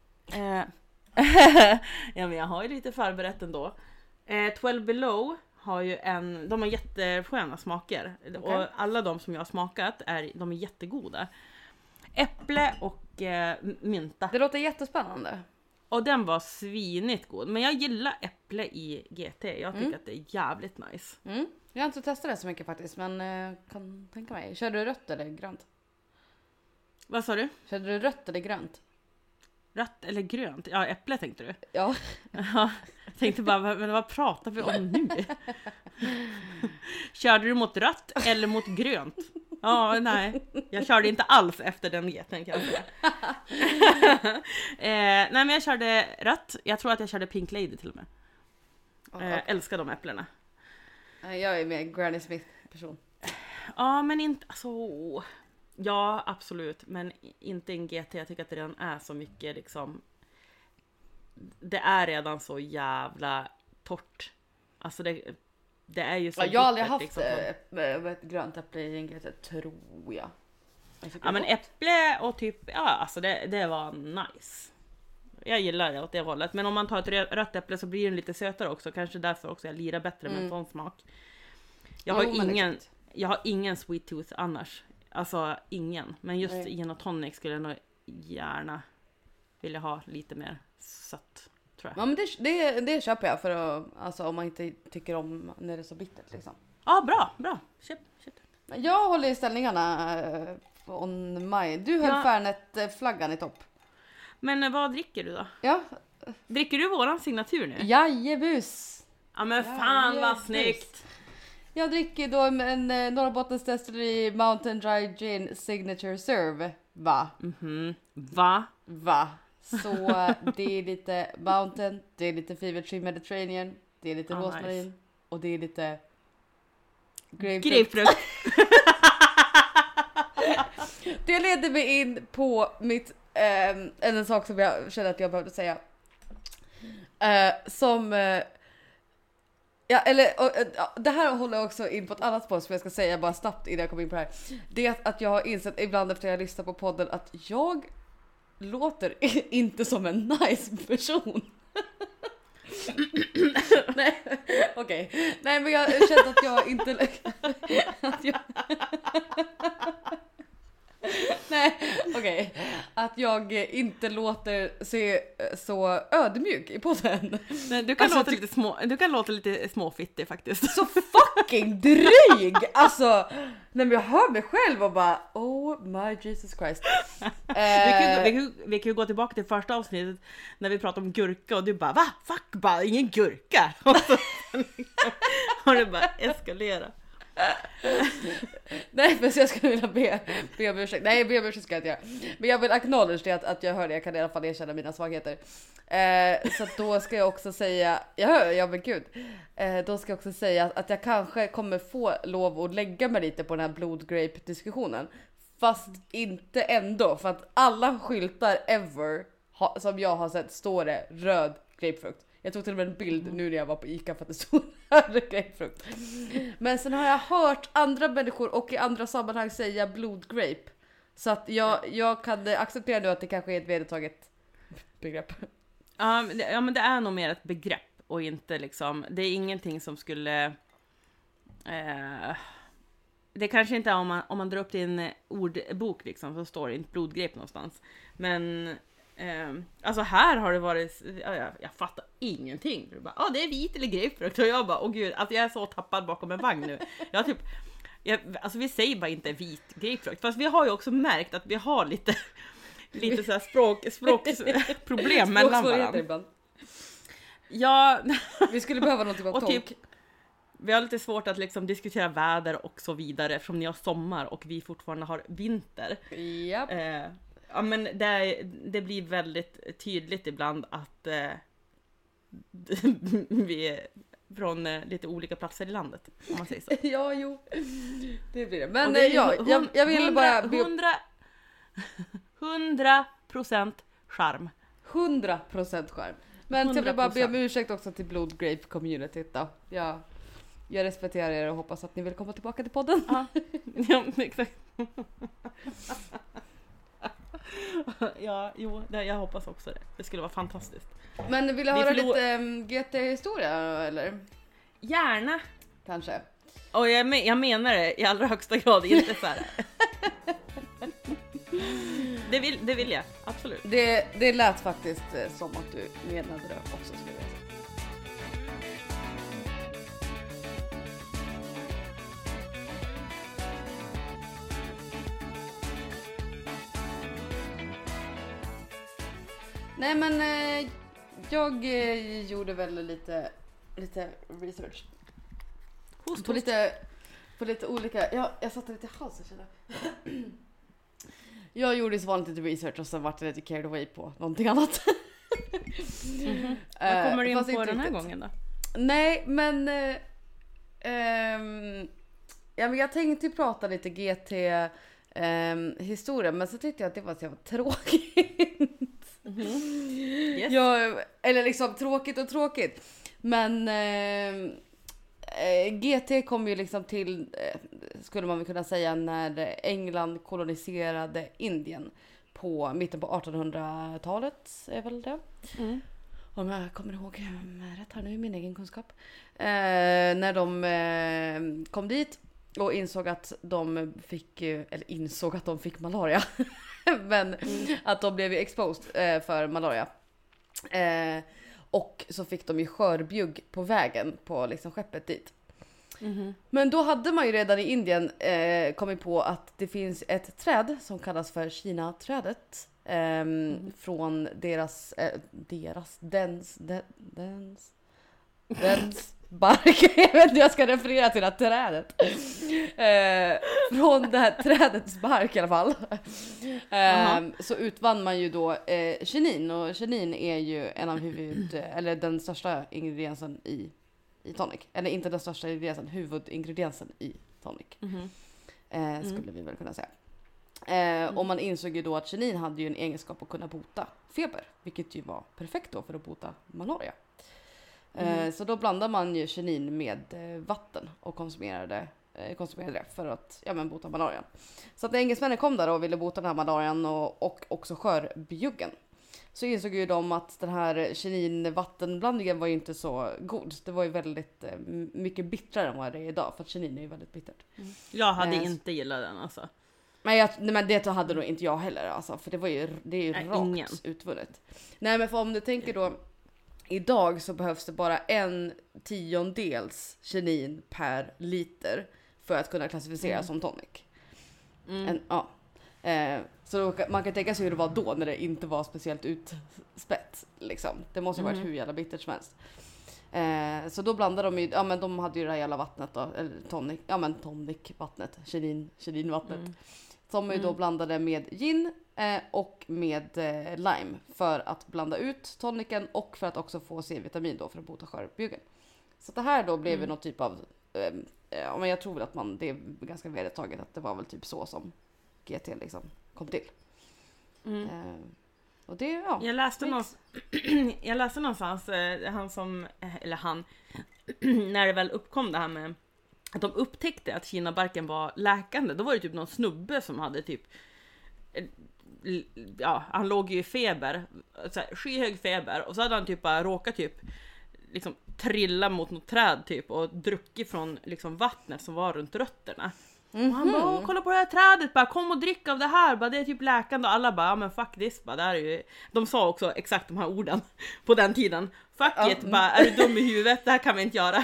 Speaker 1: Ja, men jag har ju lite förberett ändå. 12 Below har ju de har jättesköna smaker. Okay. Och alla de som jag har smakat, de är jättegoda. Äpple och mynta.
Speaker 2: Det låter jättespännande.
Speaker 1: Och den var svinigt god. Men jag gillar äpple i GT. Jag tycker att det är jävligt nice.
Speaker 2: Jag har inte testat det så mycket faktiskt. Men kan tänka mig. Kör du rött eller grönt?
Speaker 1: Vad sa du?
Speaker 2: Kör du rött eller grönt?
Speaker 1: Rött eller grönt? Ja, äpple tänkte du?
Speaker 2: Ja.
Speaker 1: Ja, jag tänkte bara, men vad pratar vi om nu? Körde du mot rött eller mot grönt? Ja, nej. Jag körde inte alls efter den geten kan jag säga. Nej, men jag körde rött. Jag tror att jag körde Pink Lady till och med. Älskar de äpplena.
Speaker 2: Jag är mer Granny Smith person.
Speaker 1: Ja, men inte... Alltså, ja, absolut. Men inte en GT. Jag tycker att det redan är så mycket liksom... Det är redan så jävla torrt. Alltså det är ju så...
Speaker 2: Jag har aldrig
Speaker 1: bittert,
Speaker 2: haft
Speaker 1: liksom.
Speaker 2: ett grönt äpple i en GT, tror jag.
Speaker 1: Ja, men äpple och typ... Ja, alltså det var nice. Jag gillar det åt det hållet. Men om man tar ett rött äpple så blir den lite sötare också. Kanske därför också jag lirar bättre med en sån smak. Jag har ingen sweet tooth annars. Alltså ingen. Men just gin och tonic skulle jag nog gärna vilja ha lite mer sött, tror jag.
Speaker 2: Ja, men det köper jag för att, alltså, om man inte tycker om när det är så bittert liksom.
Speaker 1: Ja, bra. Köp.
Speaker 2: Jag håller i ställningarna on my. Du höll Fernet-flaggan i topp.
Speaker 1: Men vad dricker du då?
Speaker 2: Ja.
Speaker 1: Dricker du våran signatur nu?
Speaker 2: Jajebus.
Speaker 1: Ja, men fan vad snyggt.
Speaker 2: Jag dricker då en Norrbottens Destillery Mountain Dry Gin Signature Serve. Va?
Speaker 1: Va?
Speaker 2: Så det är lite Mountain, det är lite Fever Tree Mediterranean, det är lite rosmarin nice. Och det är lite grapefrukt. Det leder mig in på mitt en sak som jag känner att jag behövde säga. Det här håller också in på ett annat spår som jag ska säga bara snabbt innan jag kommer in på det här. Det är att jag har insett ibland efter att jag lyssnar på podden att jag låter inte som en nice person. Nej, okej. Nej, men jag känner att jag inte... Nej, okej. Att jag inte låter se så ödmjuk i podden.
Speaker 1: Nej, du kan låta lite småfittig faktiskt.
Speaker 2: Så fucking dryg! Alltså, när jag hör mig själv och bara, oh my Jesus Christ.
Speaker 1: Vi kan ju gå tillbaka till första avsnittet när vi pratade om gurka och du bara, va? Fuck, bara ingen gurka. Och det bara eskalera.
Speaker 2: Nej, men så jag skulle vilja be om ursäkt. Nej, be om ursäkt ska jag inte göra. Men jag vill acknowledge det att jag hör det. Jag kan i alla fall erkänna mina svagheter. Så då ska jag också säga, ja men gud. Då ska jag också säga att jag kanske kommer få lov att lägga mig lite på den här blodgrape-diskussionen. Fast inte ändå. För att alla skyltar ever som jag har sett står det röd grapefrukt. Jag tog till och med en bild nu när jag var på Ica för att det stod här grapefrukt. Men sen har jag hört andra människor och i andra sammanhang säga blodgrape. Så att jag kan acceptera nu att det kanske är ett vedertaget begrepp.
Speaker 1: Ja, men det är nog mer ett begrepp och inte liksom, det är ingenting som skulle det kanske inte är om man drar upp din ordbok liksom, så står det inte blodgrep någonstans. Men alltså här har det varit, jag fattar ingenting. Det är vit eller grapefrukt. Och jag bara, åh gud, alltså jag är så tappad bakom en vagn nu. Alltså vi säger bara inte vit grapefrukt. Fast vi har ju också märkt att vi har lite så här språkproblem mellan varandra. Ja.
Speaker 2: Vi skulle behöva något typ av tolk.
Speaker 1: Typ, vi har lite svårt att liksom diskutera väder och så vidare eftersom ni har sommar och vi fortfarande har vinter.
Speaker 2: Japp.
Speaker 1: Ja, men det blir väldigt tydligt ibland att vi är från lite olika platser i landet, om man säger så.
Speaker 2: Ja, jo. Det blir det. Men jag vill bara...
Speaker 1: 100% charm.
Speaker 2: 100% charm. Men jag vill bara be om ursäkt också till blodgrape-communityt då. Jag respekterar er och hoppas att ni vill komma tillbaka till podden.
Speaker 1: Ja, exakt. Ja, jo, jag hoppas också det. Det skulle vara fantastiskt.
Speaker 2: Men vill du höra lite GT-historia eller?
Speaker 1: Gärna.
Speaker 2: Kanske.
Speaker 1: Och jag menar det i allra högsta grad, inte så här. Det vill jag, absolut.
Speaker 2: Det lät faktiskt som att du menade det också, skulle jag säga. Nej, men jag gjorde väl lite research. På lite olika... Jag satte lite i halsen, känner jag. Jag gjorde så vanligt lite research och sen vart det lite carried away på någonting annat.
Speaker 1: Vad kommer du in på den här gången då?
Speaker 2: Nej, men... men jag tänkte prata lite GT-historia, men så tyckte jag att det var så jävla tråkigt. Yes. Eller liksom tråkigt. Men GT kom ju liksom till, skulle man väl kunna säga, när England koloniserade Indien på mitten på 1800-talet, är väl det. Om jag kommer ihåg rätt här nu i min egen kunskap. När de kom dit och insåg att de fick malaria. Men att de blev exposed för malaria. Och så fick de ju skörbjugg på vägen på liksom skeppet dit. Men då hade man ju redan i Indien kommit på att det finns ett träd som kallas för Kina-trädet. Från dens bark. Jag vet inte hur jag ska referera till det här trädet. Från det här trädets bark i alla fall. Så utvann man ju då kinin. Och kinin är ju en av eller den största ingrediensen i tonic. Eller inte den största ingrediensen, huvudingrediensen i tonic. Skulle vi väl kunna säga. Och man insåg ju då att kinin hade ju en egenskap att kunna bota feber. Vilket ju var perfekt då för att bota malaria. Så då blandar man ju kinin med vatten och konsumerade det för att bota malarian. Så att när engelsmännen kom där och ville bota den här malarian och också skörbjuggen, så insåg ju de att den här kinin-vattenblandningen var ju inte så god. Det var ju väldigt mycket bittrare än vad det är idag, för att kinin är ju väldigt bittert.
Speaker 1: Jag hade inte gillat den alltså.
Speaker 2: Men det hade nog inte jag heller alltså, för det är ju rakt utvunnet. Nej, men för om du tänker då, idag så behövs det bara 1/10 kinin per liter för att kunna klassificeras som tonic. Så då, man kan tänka sig hur det var då när det inte var speciellt utspätt. Liksom. Det måste ha varit hur jävla bittert som helst. Så då blandade de ju, de hade ju det här jävla vattnet då, eller tonic-vattnet, kinin-vattnet. Som ju då blandade med gin och med lime för att blanda ut toniken och för att också få C-vitamin då för att bota skörbjuggen. Så det här då blev något typ av, men jag tror väl att det är ganska vedertaget att det var väl typ så som GT liksom kom till. Och det, ja.
Speaker 1: Jag läste någonstans, när det väl uppkom det här med att de upptäckte att kinabarken var läkande, då var det typ någon snubbe som hade typ, ja, han låg ju i feber, så här, skyhög feber, och så hade han typ bara råkat typ liksom trilla mot något träd typ och druckit från liksom vattnet som var runt rötterna. Och han bara, kolla på det här trädet, bara kom och drick av det här, bara det är typ läkande, och alla bara, ja men fuck this, bara det här är ju, de sa också exakt de här orden på den tiden, fuck it, bara är du dum i huvudet, det här kan vi inte göra.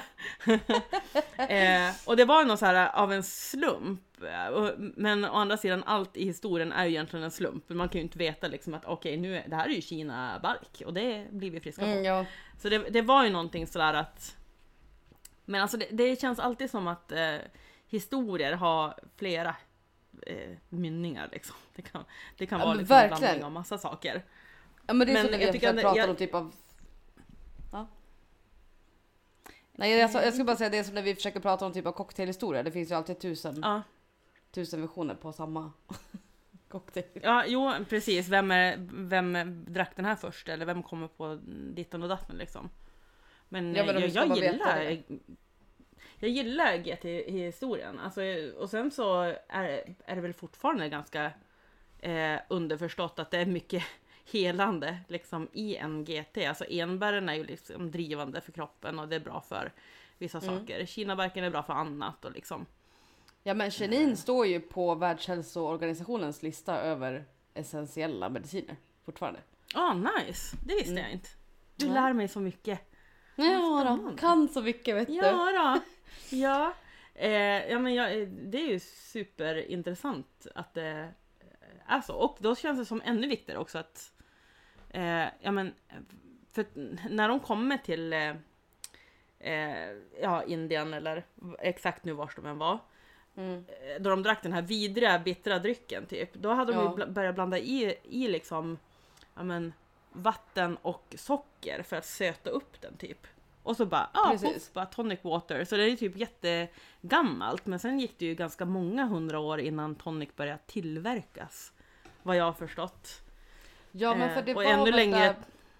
Speaker 1: Och det var någon så här av en slump, men å andra sidan allt i historien är ju egentligen en slump, man kan ju inte veta liksom att okej, nu det här är ju Kina-bark och det blir vi friska på.
Speaker 2: Ja.
Speaker 1: Så det var ju någonting sådär att, men alltså det känns alltid som att historier har flera mynningar liksom. Det kan vara liksom en blandning av massa saker.
Speaker 2: Ja, men det är så när vi har pratat om typ av... Ja. Nej, jag ska bara säga, det är som när vi försöker prata om typ av cocktailhistoria. Det finns ju alltid 1000 versioner på samma cocktail. Ja, jo precis. Vem drack den här först? Eller vem kommer på ditten och datten liksom? Men, ja, men
Speaker 1: jag gillar GT-historien. Alltså, och sen så är det väl fortfarande ganska underförstått att det är mycket helande liksom, i en GT. Alltså enbären är ju liksom drivande för kroppen och det är bra för vissa saker. Kinabarken är bra för annat och liksom.
Speaker 2: Ja, men chenin står ju på Världshälsoorganisationens lista över essentiella mediciner fortfarande.
Speaker 1: Nice. Det visste jag inte. Du lär mig så mycket.
Speaker 2: Ja då, kan så mycket vet du.
Speaker 1: Ja då. Ja. Det är ju superintressant att det är så. Och då känns det som ännu viktigare också att för när de kommer till Indien eller exakt nu vars de än var, då de drack den här vidriga bittra drycken typ, då hade de ju börjat blanda i liksom vatten och socker för att söta upp den typ. Och så bara tonic water. Så det är typ jättegammalt. Men sen gick det ju ganska många 100 år innan tonic började tillverkas. Vad jag har förstått.
Speaker 2: Ja, men för det
Speaker 1: och
Speaker 2: var
Speaker 1: ännu
Speaker 2: väl
Speaker 1: längre...
Speaker 2: där...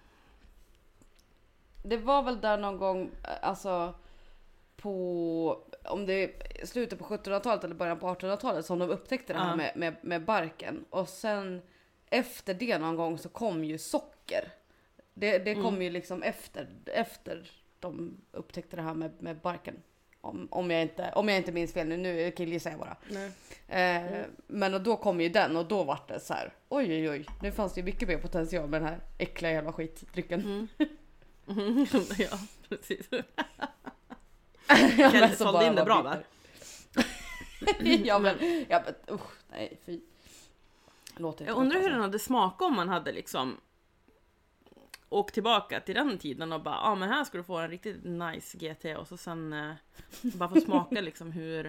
Speaker 2: Det var väl där någon gång, alltså på, om det är slutet på 1700-talet eller början på 1800-talet som de upptäckte det här med barken. Och sen efter det någon gång så kom ju socker. Det kom ju liksom efter de upptäckte det här med barken. Om jag inte minns fel nu killgissar jag bara. Men då kom ju den och då var det så här: oj, nu fanns det ju mycket mer potential med den här äckliga jävla skitdrycken.
Speaker 1: Ja, precis.
Speaker 2: Jag
Speaker 1: sålde in det bra va?
Speaker 2: Nej, fy.
Speaker 1: Jag undrar hur den hade smakat om man hade liksom åkt tillbaka till den tiden och bara, men här ska du få en riktigt nice GT och så sen bara få smaka liksom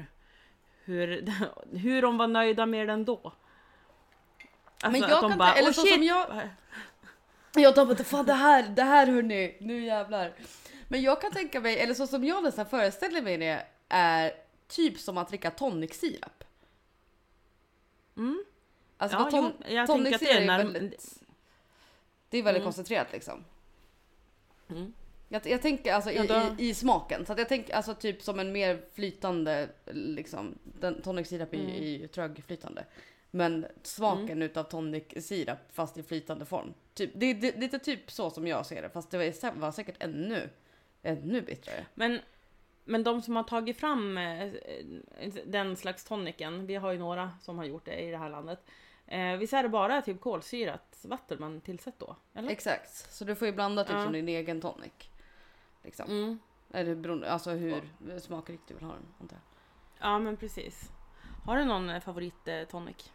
Speaker 1: hur de var nöjda med den då. Alltså,
Speaker 2: men jag kan bara, eller så som jag tar på fan det här hörni, nu jävlar. Men jag kan tänka mig, eller så som jag nästan föreställer mig det, är typ som att dricka tonic-sirap. Alltså
Speaker 1: jag tänker att det
Speaker 2: är väldigt koncentrerat liksom. Jag tänker alltså i smaken. Så att jag tänker alltså typ som en mer flytande liksom. Den tonic-sirap är ju trögflytande. Men smaken utav tonic-sirap fast i flytande form. Typ, det är lite typ så som jag ser det. Fast det var säkert ännu bittrare.
Speaker 1: Men de som har tagit fram den slags toniken, vi har ju några som har gjort det i det här landet. Visst är det bara typ kolsyrat vatten man tillsätter då? Eller?
Speaker 2: Exakt, så du får ju blanda typ som din egen tonic. Liksom. Eller beroende, alltså hur smakrikt du vill ha den, antar jag.
Speaker 1: Ja, men precis. Har du någon favorit tonic?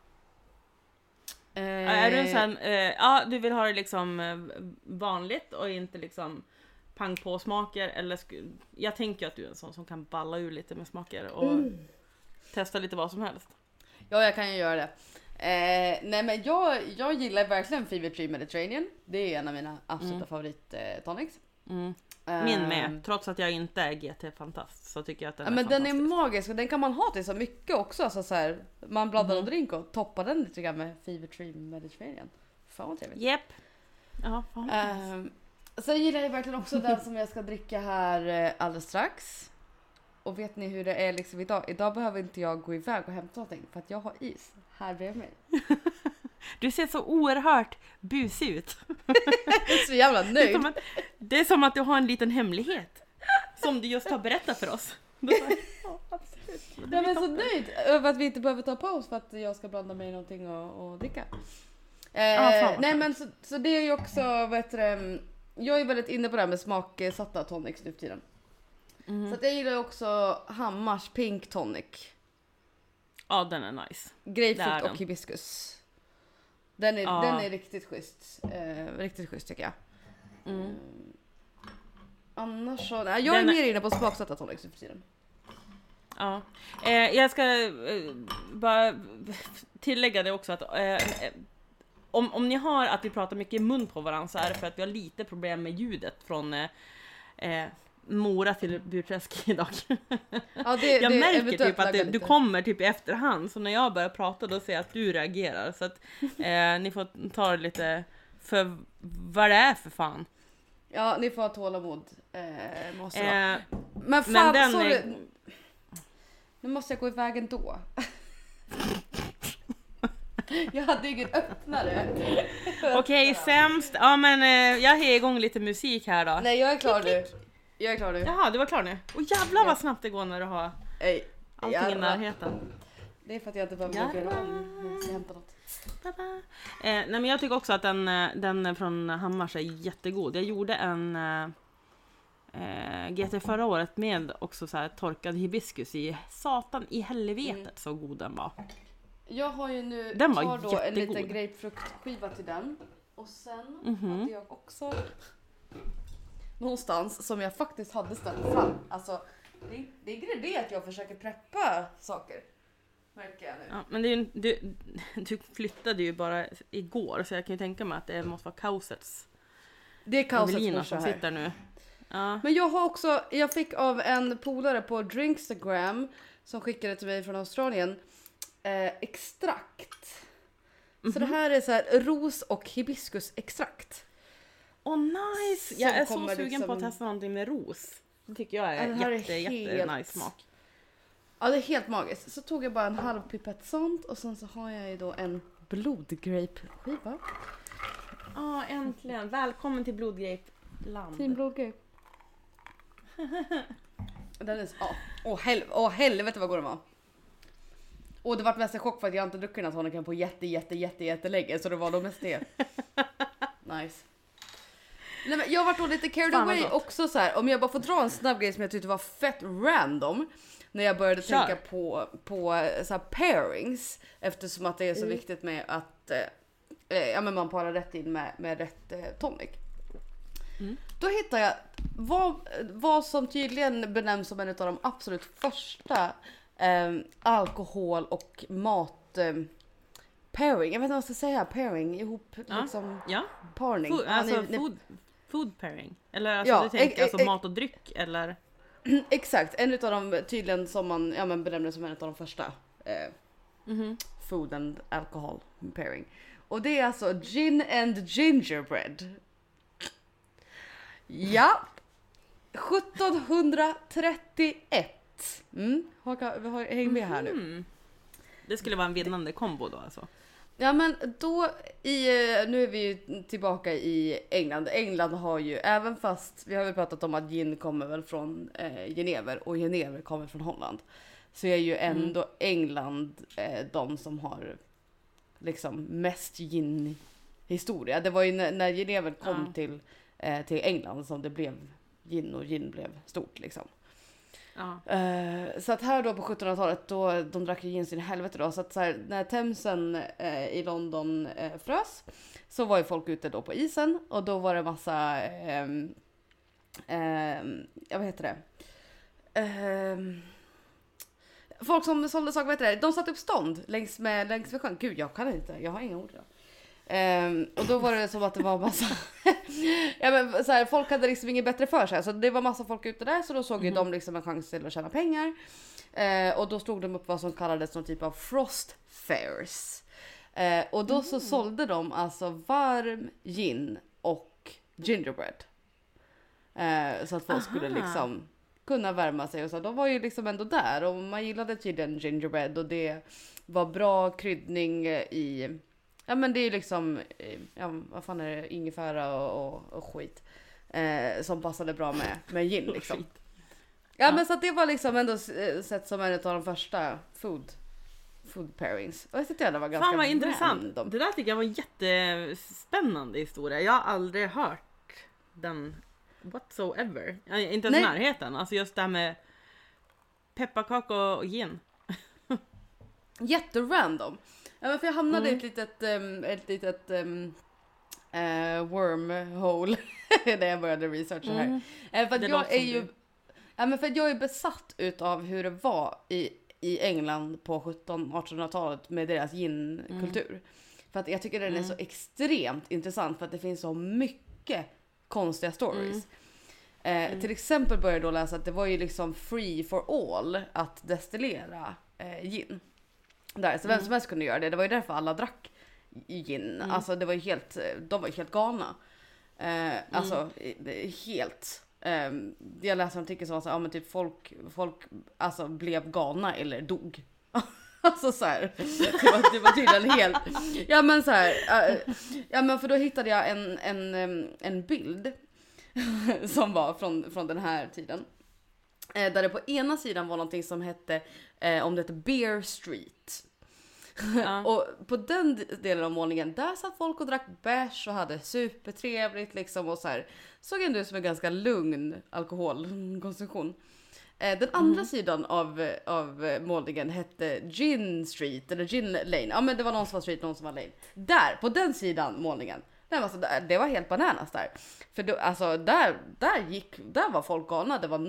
Speaker 1: Är du en sån, du vill ha det liksom vanligt och inte liksom pang på smaker, eller jag tänker att du är en sån som kan balla ur lite med smaker och testa lite vad som helst.
Speaker 2: Ja, jag kan ju göra det. Nej, men jag gillar verkligen Fever Tree Mediterranean. Det är en av mina absoluta favorit-tonics.
Speaker 1: Min med, trots att jag inte är GT-fantast så tycker jag att den är
Speaker 2: men
Speaker 1: fantastisk.
Speaker 2: Den är magisk och den kan man ha till så mycket också. Alltså så här, man blandar en drink och toppar den lite grann med Fever Tree Mediterranean. Fan vad trevligt.
Speaker 1: Japp. Ja, fan.
Speaker 2: Sen gillar jag verkligen också den som jag ska dricka här alldeles strax. Och vet ni hur det är liksom idag? Idag behöver inte jag gå iväg och hämta någonting för att jag har is här bredvid mig.
Speaker 1: Du ser så oerhört busig ut.
Speaker 2: Jag är så jävla nöjd.
Speaker 1: Det är som att du har en liten hemlighet. Som du just har berättat för oss.
Speaker 2: Jag är så nöjd över att vi inte behöver ta paus för att jag ska blanda mig i någonting och dricka. Nej men så det är ju också, jag är väldigt inne på det här med smaksatta tonics nu för tiden. Så att jag gillar också Hammars Pink Tonic.
Speaker 1: Ja, den är nice.
Speaker 2: Grapefrukt och hibiskus. Den är riktigt schysst. Riktigt schysst tycker jag. Annars så... jag är mer inne på smaksatta tonics nu för tiden.
Speaker 1: Ja. Jag ska bara tillägga det också att om ni hör att vi pratar mycket i mun på varandra så är det för att vi har lite problem med ljudet från Mora till Burträsk idag. Ja, jag märker typ att du kommer typ i efterhand, så när jag börjar prata då ser jag att du reagerar, så att ni får ta det lite för vad det är för fan.
Speaker 2: Ja, ni får ha tålamod. Men fan, men sorry. Nu måste jag gå iväg ändå. Jag hade ingen öppnare.
Speaker 1: Okej, sämst. Ja, men jag har igång lite musik här då.
Speaker 2: Nej, jag är klar nu.
Speaker 1: Jaha, du var klar nu. Och jävlar vad snabbt det går när du har allting i närheten.
Speaker 2: Det är för att jag inte behöver gå om jag ska hämta något.
Speaker 1: Nej, men jag tycker också att den från Hammars är jättegod. Jag gjorde en GT förra året med också så här torkad hibiskus i satan i helvetet så god den var.
Speaker 2: Jag har ju nu
Speaker 1: den var
Speaker 2: tar då
Speaker 1: jättegod.
Speaker 2: En liten grapefruktskiva till den. Och sen hade jag också någonstans som jag faktiskt hade ställt fram. Alltså det är inte det att jag försöker preppa saker. Märker jag nu.
Speaker 1: Ja, men det är ju, du flyttade ju bara igår, så jag kan ju tänka mig att det måste vara kaosets.
Speaker 2: Det är kaosets
Speaker 1: Evelina som
Speaker 2: här.
Speaker 1: sitter nu. Ja.
Speaker 2: Men jag fick av en polare på Drinkstagram som skickade till mig från Australien extrakt. Så det här är så här ros- och hibiskusextrakt.
Speaker 1: Åh, nice! Jag är så sugen på att testa någonting med ros. Det tycker jag är jätte nice smak.
Speaker 2: Ja, det är helt magiskt. Så tog jag bara en halv pipett sånt och sen så har jag ju då en blodgrape-skiva.
Speaker 1: Ja, äntligen. Välkommen till Blodgrape-land.
Speaker 2: Team Blodgrape. Den är åh helvete vad god den var. Och det var mest en chock för att jag inte druckit den här toniken på jättelänge, så det var då mest det. Nice. Nej, men jag har varit då lite carried away också så här. Om jag bara får dra en snabb grej som jag tyckte var fett random. När jag började tänka på så här pairings. Eftersom att det är så viktigt med att men man parar rätt in med rätt tonic. Då hittar jag vad som tydligen benämns som en av de absolut första alkohol och mat pairing. Jag vet inte vad jag ska säga. Pairing ihop liksom.
Speaker 1: Ja.
Speaker 2: Parning.
Speaker 1: Food pairing. Eller alltså du tänker alltså mat och dryck eller?
Speaker 2: Exakt. En av dem tydligen som man benämner som en av de första food and alcohol pairing. Och det är alltså gin and gingerbread. Ja. 1731. Häng med här nu.
Speaker 1: Det skulle vara en vinnande kombo då alltså.
Speaker 2: Ja, men då nu är vi ju tillbaka i England. England har ju, även fast vi har väl pratat om att gin kommer väl från Genever och Genever kommer från Holland. Så är ju ändå England de som har liksom mest gin-historia. Det var ju när Genever kom till England som det blev gin och gin blev stort liksom.
Speaker 1: Ja.
Speaker 2: Så att här då på 1700-talet då de drack ju gin sin helvete då, så att så här, när Themsen i London frös så var ju folk ute då på isen och då var det massa vad heter det? Folk som sålde saker, vad heter det? De satte upp stånd längs med sjön. Gud, jag kan inte. Jag har inga ord idag. Och då var det som att det var massa så här, folk hade liksom inget bättre för sig, så det var massa folk ute där, så då såg ju de liksom en chans till att tjäna pengar, och då stod de upp vad som kallades någon typ av frost fairs, Och då så sålde de alltså varm gin och gingerbread. Så att folk skulle liksom kunna värma sig och så. De var ju liksom ändå där och man gillade tydligen gingerbread och det var bra kryddning i, ja men det är liksom, ja vad fan är det, ingefära och skit. Som passade bra med gin liksom. Ja men så att det var liksom ändå sett som en av de första food pairings. Och jag tyckte det var ganska
Speaker 1: Fan vad intressant.
Speaker 2: random.
Speaker 1: Det där tycker jag var en jättespännande historia. Jag har aldrig hört den whatsoever. Inte ens i närheten. Alltså just det här med pepparkaka och gin.
Speaker 2: Jätterandom. Ja, men för jag hamnade i ett litet wormhole när jag började researcha här. För att jag är ju för att jag är besatt utav hur det var i England på 1700-1800-talet med deras gin-kultur. För att jag tycker den är så extremt intressant för att det finns så mycket konstiga stories. Till exempel började jag då läsa att det var ju liksom free for all att destillera gin. Där, så vem som helst kunde göra det. Det var ju därför alla drack gin. Alltså det var ju de var ju helt galna. Alltså helt. Jag läste en artikel som var så här, men typ folk alltså blev galna eller dog. Alltså så här, det var tydligen helt. Ja men så här, ja men för då hittade jag en bild som var från den här tiden. Där det på ena sidan var någonting som hette om det hette Beer Street. Ja. Och på den delen av målningen där satt folk och drack bärs och hade supertrevligt liksom och så här, såg ändå ut som en ganska lugn alkoholkonsumtion. Den andra sidan av målningen hette Gin Street eller Gin Lane. Ja men det var någon som var street, någon som var lane. Där på den sidan målningen. Det var helt bananas där. För då, alltså där var folk galna. Det var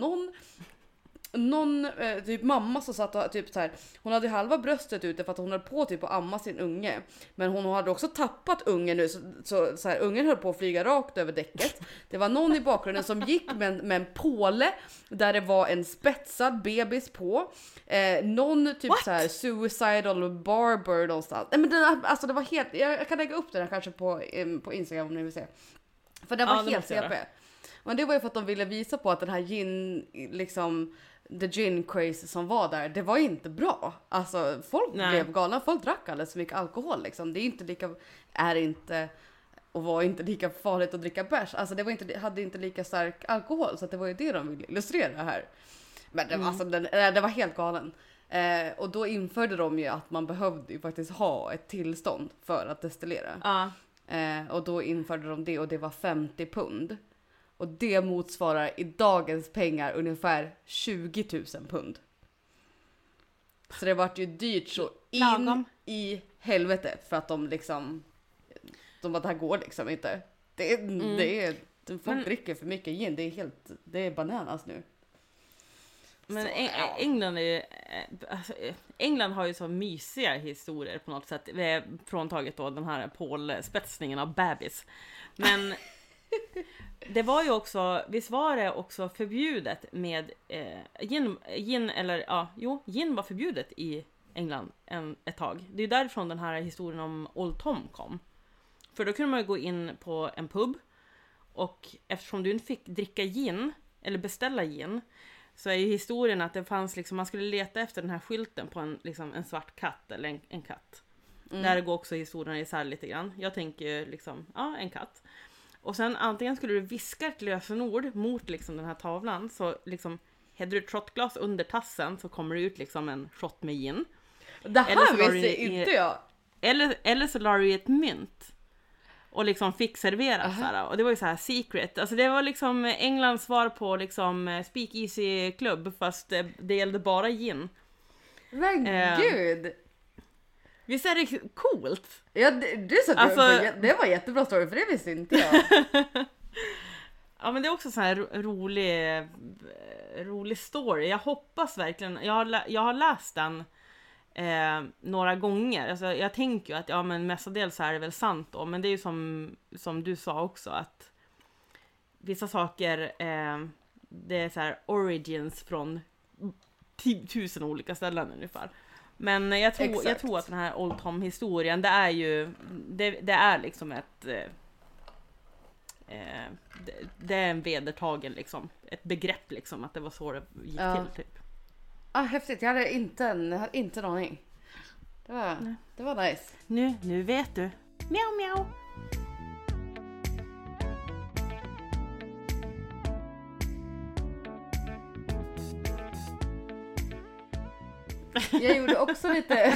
Speaker 2: någon typ mamma som satt och typ så här, hon hade halva bröstet ute för att hon höll på typ att amma sin unge, men hon hade också tappat ungen nu så här, ungen höll på att flyga rakt över däcket. Det var någon i bakgrunden som gick med en påle där det var en spetsad bebis på. Någon typ så här suicidal barber någonstans. Nej men alltså det var helt, jag kan lägga upp den här kanske på Instagram om ni vill se. För den var helt CP. Men det var ju för att de ville visa på att den här gin liksom the gin craze som var där, det var inte bra. Alltså folk blev galna, folk drack alldeles så mycket alkohol liksom. Det är inte och var inte lika farligt att dricka bärs. Alltså hade inte lika stark alkohol, så att det var ju det de ville illustrera här. Men det var helt galen. Och då införde de ju att man behövde ju faktiskt ha ett tillstånd för att destillera. Och då införde de det och det var 50 pund. Och det motsvarar i dagens pengar ungefär 20 000 pund. Så det vart ju dyrt så in i helvete för att de bara, det här går liksom inte. Folk dricker för mycket gin, det är bananas nu.
Speaker 1: Men
Speaker 2: så,
Speaker 1: England har ju så mysiga historier på något sätt. Fråntaget då den här pålspetsningen av bebis. Men det var ju också, visst var det också förbjudet med gin var förbjudet i England ett tag. Det är ju därifrån den här historien om Old Tom kom. För då kunde man ju gå in på en pub och eftersom du inte fick dricka gin eller beställa gin, så är ju historien att det fanns liksom, man skulle leta efter den här skylten på en svart katt eller en katt. Där går också historien isär lite grann. Jag tänker liksom, en katt. Och sen antingen skulle du viska ett lösenord mot liksom den här tavlan, så liksom hade du ett shotglas under tassen så kommer det ut liksom en shot med gin.
Speaker 2: Det här visste inte jag.
Speaker 1: Eller så la du i ett mynt och liksom fick servera så här. Och det var ju så här secret. Alltså det var liksom Englands svar på liksom speakeasy club, fast det gällde bara gin.
Speaker 2: Men gud!
Speaker 1: Visst är det coolt?
Speaker 2: Ja, det var jättebra story, för det visste inte jag.
Speaker 1: Ja, men det är också så här rolig story. Jag hoppas verkligen, jag har läst den några gånger. Alltså, jag tänker ju att men mestadels så är det väl sant då. Men det är ju som du sa också, att vissa saker det är så här origins från 10 000 olika ställen ungefär. Men jag tror
Speaker 2: Exakt.
Speaker 1: att den här Old Tom-historien, det är ju, det är liksom ett, det är en vedertagen liksom, ett begrepp liksom, att det var så det gick
Speaker 2: Ja.
Speaker 1: till typ.
Speaker 2: Häftigt. Jag hade inte en aning. Det var nice.
Speaker 1: Nu vet du. Miau miau.
Speaker 2: Jag gjorde också lite...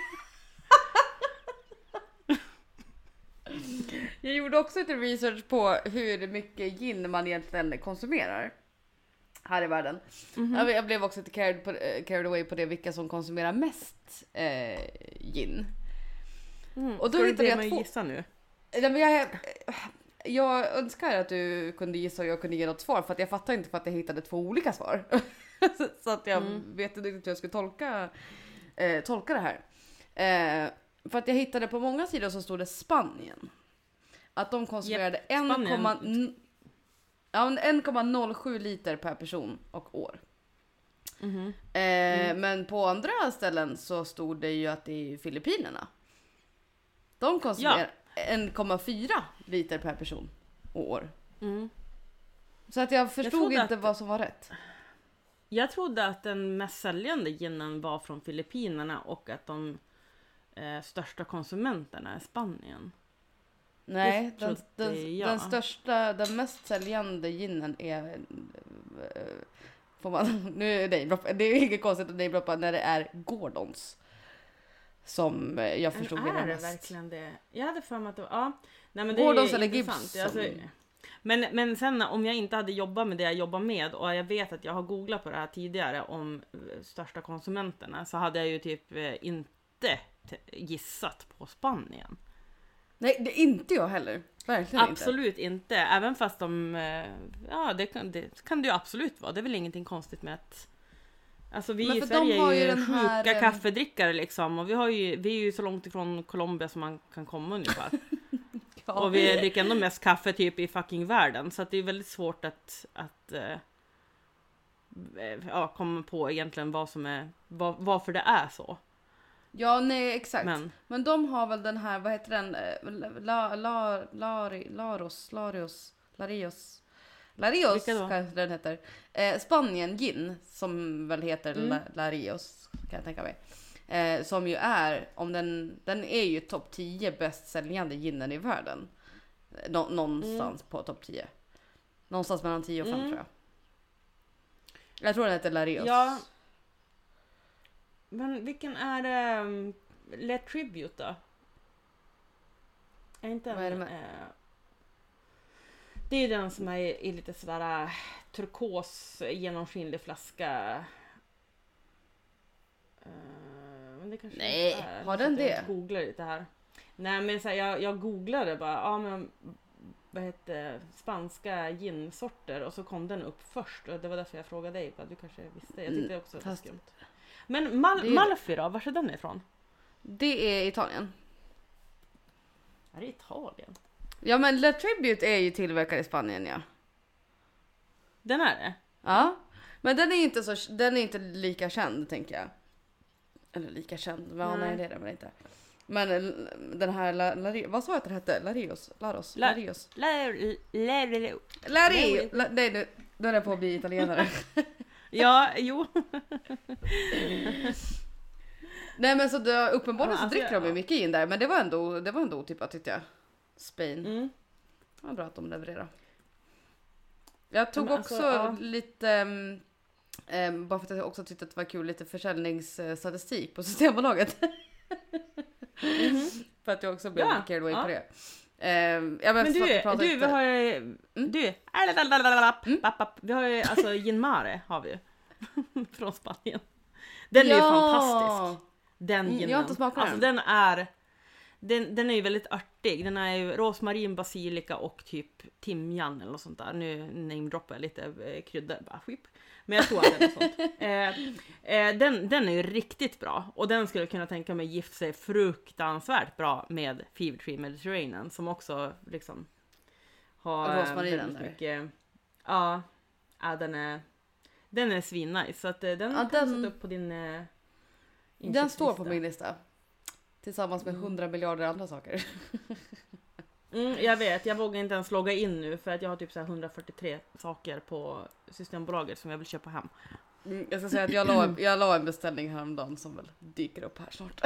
Speaker 2: Jag gjorde också lite research på hur mycket gin man egentligen konsumerar här i världen. Jag blev också lite carried away på det, vilka som konsumerar mest gin. Och då
Speaker 1: Ska du
Speaker 2: hittade
Speaker 1: be mig
Speaker 2: jag
Speaker 1: gissa nu?
Speaker 2: Nej, men jag önskar att du kunde gissa och jag kunde ge något svar, för att jag fattar inte, för att jag hittade 2 olika svar. Så att jag vet inte riktigt hur jag ska tolka det här. För att jag hittade på många sidor så stod det Spanien. Att de konsumerade 1,07 liter per person och år. Men på andra ställen så stod det ju att det är Filippinerna. De konsumerar 1,4 liter per person och år. Så att jag förstod inte vad som var rätt.
Speaker 1: Jag trodde att den mest säljande ginen var från Filippinerna och att de största konsumenterna är Spanien.
Speaker 2: Nej, den mest säljande ginen är... Får man, nu är det är inget konstigt att namedroppa när det är Gordons. Som jag förstod
Speaker 1: är det
Speaker 2: mest.
Speaker 1: verkligen det? Jag hade för mig att det var... Ja. Nej, men det
Speaker 2: Gordons
Speaker 1: är
Speaker 2: eller
Speaker 1: intressant.
Speaker 2: Gibson.
Speaker 1: Alltså, men sen om jag inte hade jobbat med det jag jobbar med, och jag vet att jag har googlat på det här tidigare om största konsumenterna, så hade jag ju typ inte gissat på Spanien.
Speaker 2: Nej, det är inte jag heller. Verkligen
Speaker 1: Absolut inte. Även fast de... Ja, det kan det ju absolut vara. Det är väl ingenting konstigt med att... Alltså vi i Sverige är ju sjuka kaffedrickare liksom. Och vi är ju så långt ifrån Colombia som man kan komma ungefär.
Speaker 2: Ja.
Speaker 1: Och vi dricker ändå mest kaffe typ i fucking världen. Så att det är väldigt svårt att komma på egentligen vad som är... Varför det är så.
Speaker 2: Ja, nej, exakt.
Speaker 1: Men
Speaker 2: de har väl den här, vad heter den? Larios kanske den heter. Spanien gin, som väl heter Larios, kan jag tänka mig. Som ju är, den är ju topp 10 bäst säljande ginen i världen. Någonstans på topp 10. Någonstans mellan 10 och 5 tror jag. Jag tror den heter Larios.
Speaker 1: Ja. Men vilken är Le Tribute då? Är inte
Speaker 2: Vad är det med?
Speaker 1: Det är den som är i lite sådär turkos genomskinlig flaska. Men det kanske
Speaker 2: Nej,
Speaker 1: inte är.
Speaker 2: har den det?
Speaker 1: Jag googlar lite här. Nej, men så här, jag googlade bara, ja men vad heter spanska ginsorter, och så kom den upp först, och det var därför jag frågade dig, du kanske visste. Jag tyckte också att det var skumt. Men Malfi då, var är den ifrån?
Speaker 2: Det är Italien.
Speaker 1: Är det Italien?
Speaker 2: Ja, men Le Tribute är ju tillverkad i Spanien, ja.
Speaker 1: Den är det?
Speaker 2: Ja, men den är inte lika känd, tänker jag. Eller lika känd, men nej, det är den väl inte. Men den här, vad sa jag att den hette? Larios? Nej, nu är jag på att bli italienare.
Speaker 1: Ja, jo.
Speaker 2: Nej, men så uppenbarligen så
Speaker 1: Alltså,
Speaker 2: dricker de ju mycket in där, men det var ändå otippat, tyckte jag. Spain. Det var bra att de levererar. Jag tog också lite bara för att jag också tyckte att det var kul, lite försäljningsstatistik på Systembolaget. För att jag också blev carried away på det.
Speaker 1: Men vi har ju alltså Gin Mare har vi ju från Spanien. Den är ju fantastisk. Den ginen.
Speaker 2: Jag har inte smakat
Speaker 1: alltså, den är ju väldigt örtig. Den är ju rosmarin, basilika och typ timjan eller något sånt där. Nu namedroppar jag lite kryddor bara skip. Men jag tror att det är sånt. Den är ju riktigt bra. Och den skulle jag kunna tänka mig gift sig fruktansvärt bra med Fever Tree Mediterranean. Som också liksom har
Speaker 2: rosmarinen
Speaker 1: mycket. Ja, den är svinnice. Så att den kan du sätta upp på din
Speaker 2: Den står på
Speaker 1: inköpslista.
Speaker 2: min lista. Tillsammans med 100 miljarder andra saker.
Speaker 1: Jag vet, jag vågar inte ens logga in nu för att jag har typ så här 143 saker på Systembolaget som jag vill köpa hem.
Speaker 2: Jag ska säga att jag la en beställning häromdagen som väl dyker upp här snart.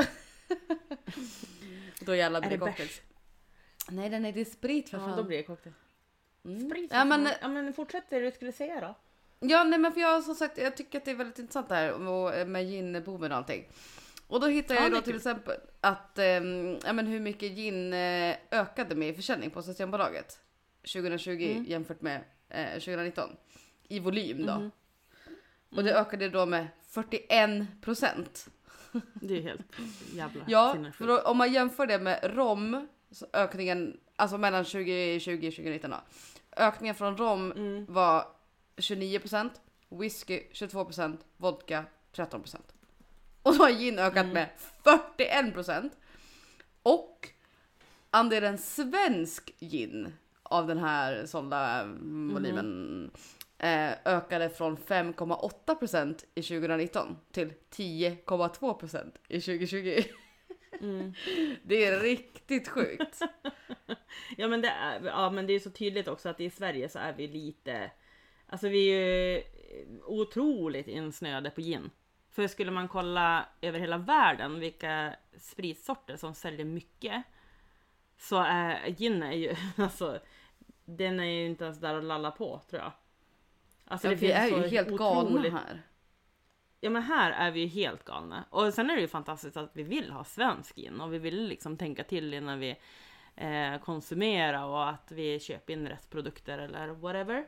Speaker 2: Då jävlar blir
Speaker 1: Är
Speaker 2: det
Speaker 1: det
Speaker 2: cocktails. Nej, det är sprit för fan.
Speaker 1: Ja, då blir det cocktail. Sprit.
Speaker 2: Ja, men,
Speaker 1: Ja, men fortsätt det du skulle säga då.
Speaker 2: ja, nej, men för jag som sagt, jag tycker att det är väldigt intressant det här med gin-boomen och allting. Och då hittar jag
Speaker 1: Ja,
Speaker 2: då
Speaker 1: det är
Speaker 2: till
Speaker 1: kul.
Speaker 2: exempel att ja, men hur mycket gin ökade med i försäljning på Systembolaget 2020 jämfört med 2019 i volym då. Och det ökade då med 41%.
Speaker 1: Det är helt jävla
Speaker 2: Ja,
Speaker 1: sinnessjukt.
Speaker 2: för då, om man jämför det med rom, så ökningen, alltså mellan 2020 och 2019 då. Ökningen från rom var 29%, whisky 22%, vodka 13%. Och då har gin ökat med 41%. Och andelen svensk gin av den här sålda volymen ökade från 5,8% i 2019 till 10,2% i 2020. Det är riktigt sjukt.
Speaker 1: Ja men det är så tydligt också att i Sverige så är vi lite, alltså vi är ju otroligt insnöade på gin. För skulle man kolla över hela världen vilka spritsorter som säljer mycket, så är gin är ju, alltså den är ju inte ens där att lalla på, tror jag. Alltså
Speaker 2: Ja, vi är ju
Speaker 1: så
Speaker 2: helt galna här.
Speaker 1: Ja men här är vi ju helt galna. Och sen är det ju fantastiskt att vi vill ha svensk gin och vi vill liksom tänka till innan vi konsumerar och att vi köper in rätt produkter eller whatever.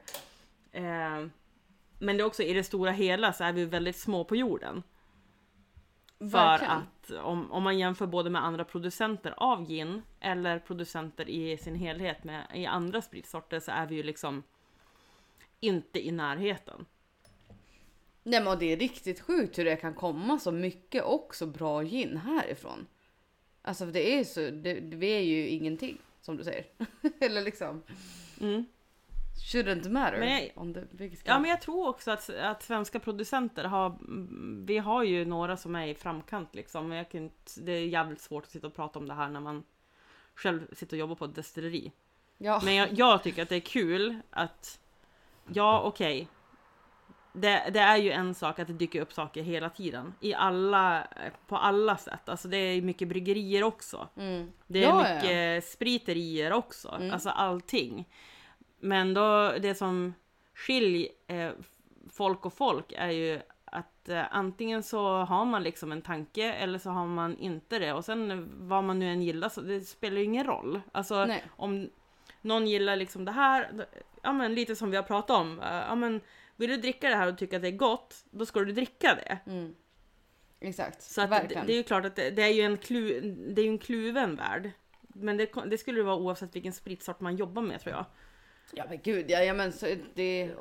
Speaker 1: Men det är också i det stora hela så är vi väldigt små på jorden.
Speaker 2: Verkligen.
Speaker 1: För att om man jämför både med andra producenter av gin eller producenter i sin helhet med i andra spritsorter, så är vi ju liksom inte i närheten.
Speaker 2: Nej, men det är riktigt sjukt hur det kan komma så mycket och så bra gin härifrån. Alltså det är så, vi är ju ingenting som du säger. Eller liksom shouldn't matter.
Speaker 1: Men jag tror också att svenska producenter vi har ju några som är i framkant liksom. Det är jävligt svårt att sitta och prata om det här när man själv sitter och jobbar på ett destilleri.
Speaker 2: Ja.
Speaker 1: Men jag tycker att det är kul att okej. Det är ju en sak att det dyker upp saker hela tiden. På alla sätt. Alltså det är mycket bryggerier också. Det är mycket spriterier också. Alltså allting. Men då det som skiljer folk och folk är ju att antingen så har man liksom en tanke eller så har man inte det. Och sen vad man nu än gillar, så det spelar ju ingen roll. Alltså om någon gillar liksom det här, ja men lite som vi har pratat om. Ja men vill du dricka det här och tycka att det är gott, då ska du dricka det.
Speaker 2: Exakt.
Speaker 1: Så att det är ju klart att det är ju en kluven värld. Men det skulle det vara oavsett vilken spritsort man jobbar med, tror jag.
Speaker 2: Ja men gud, ja men så det...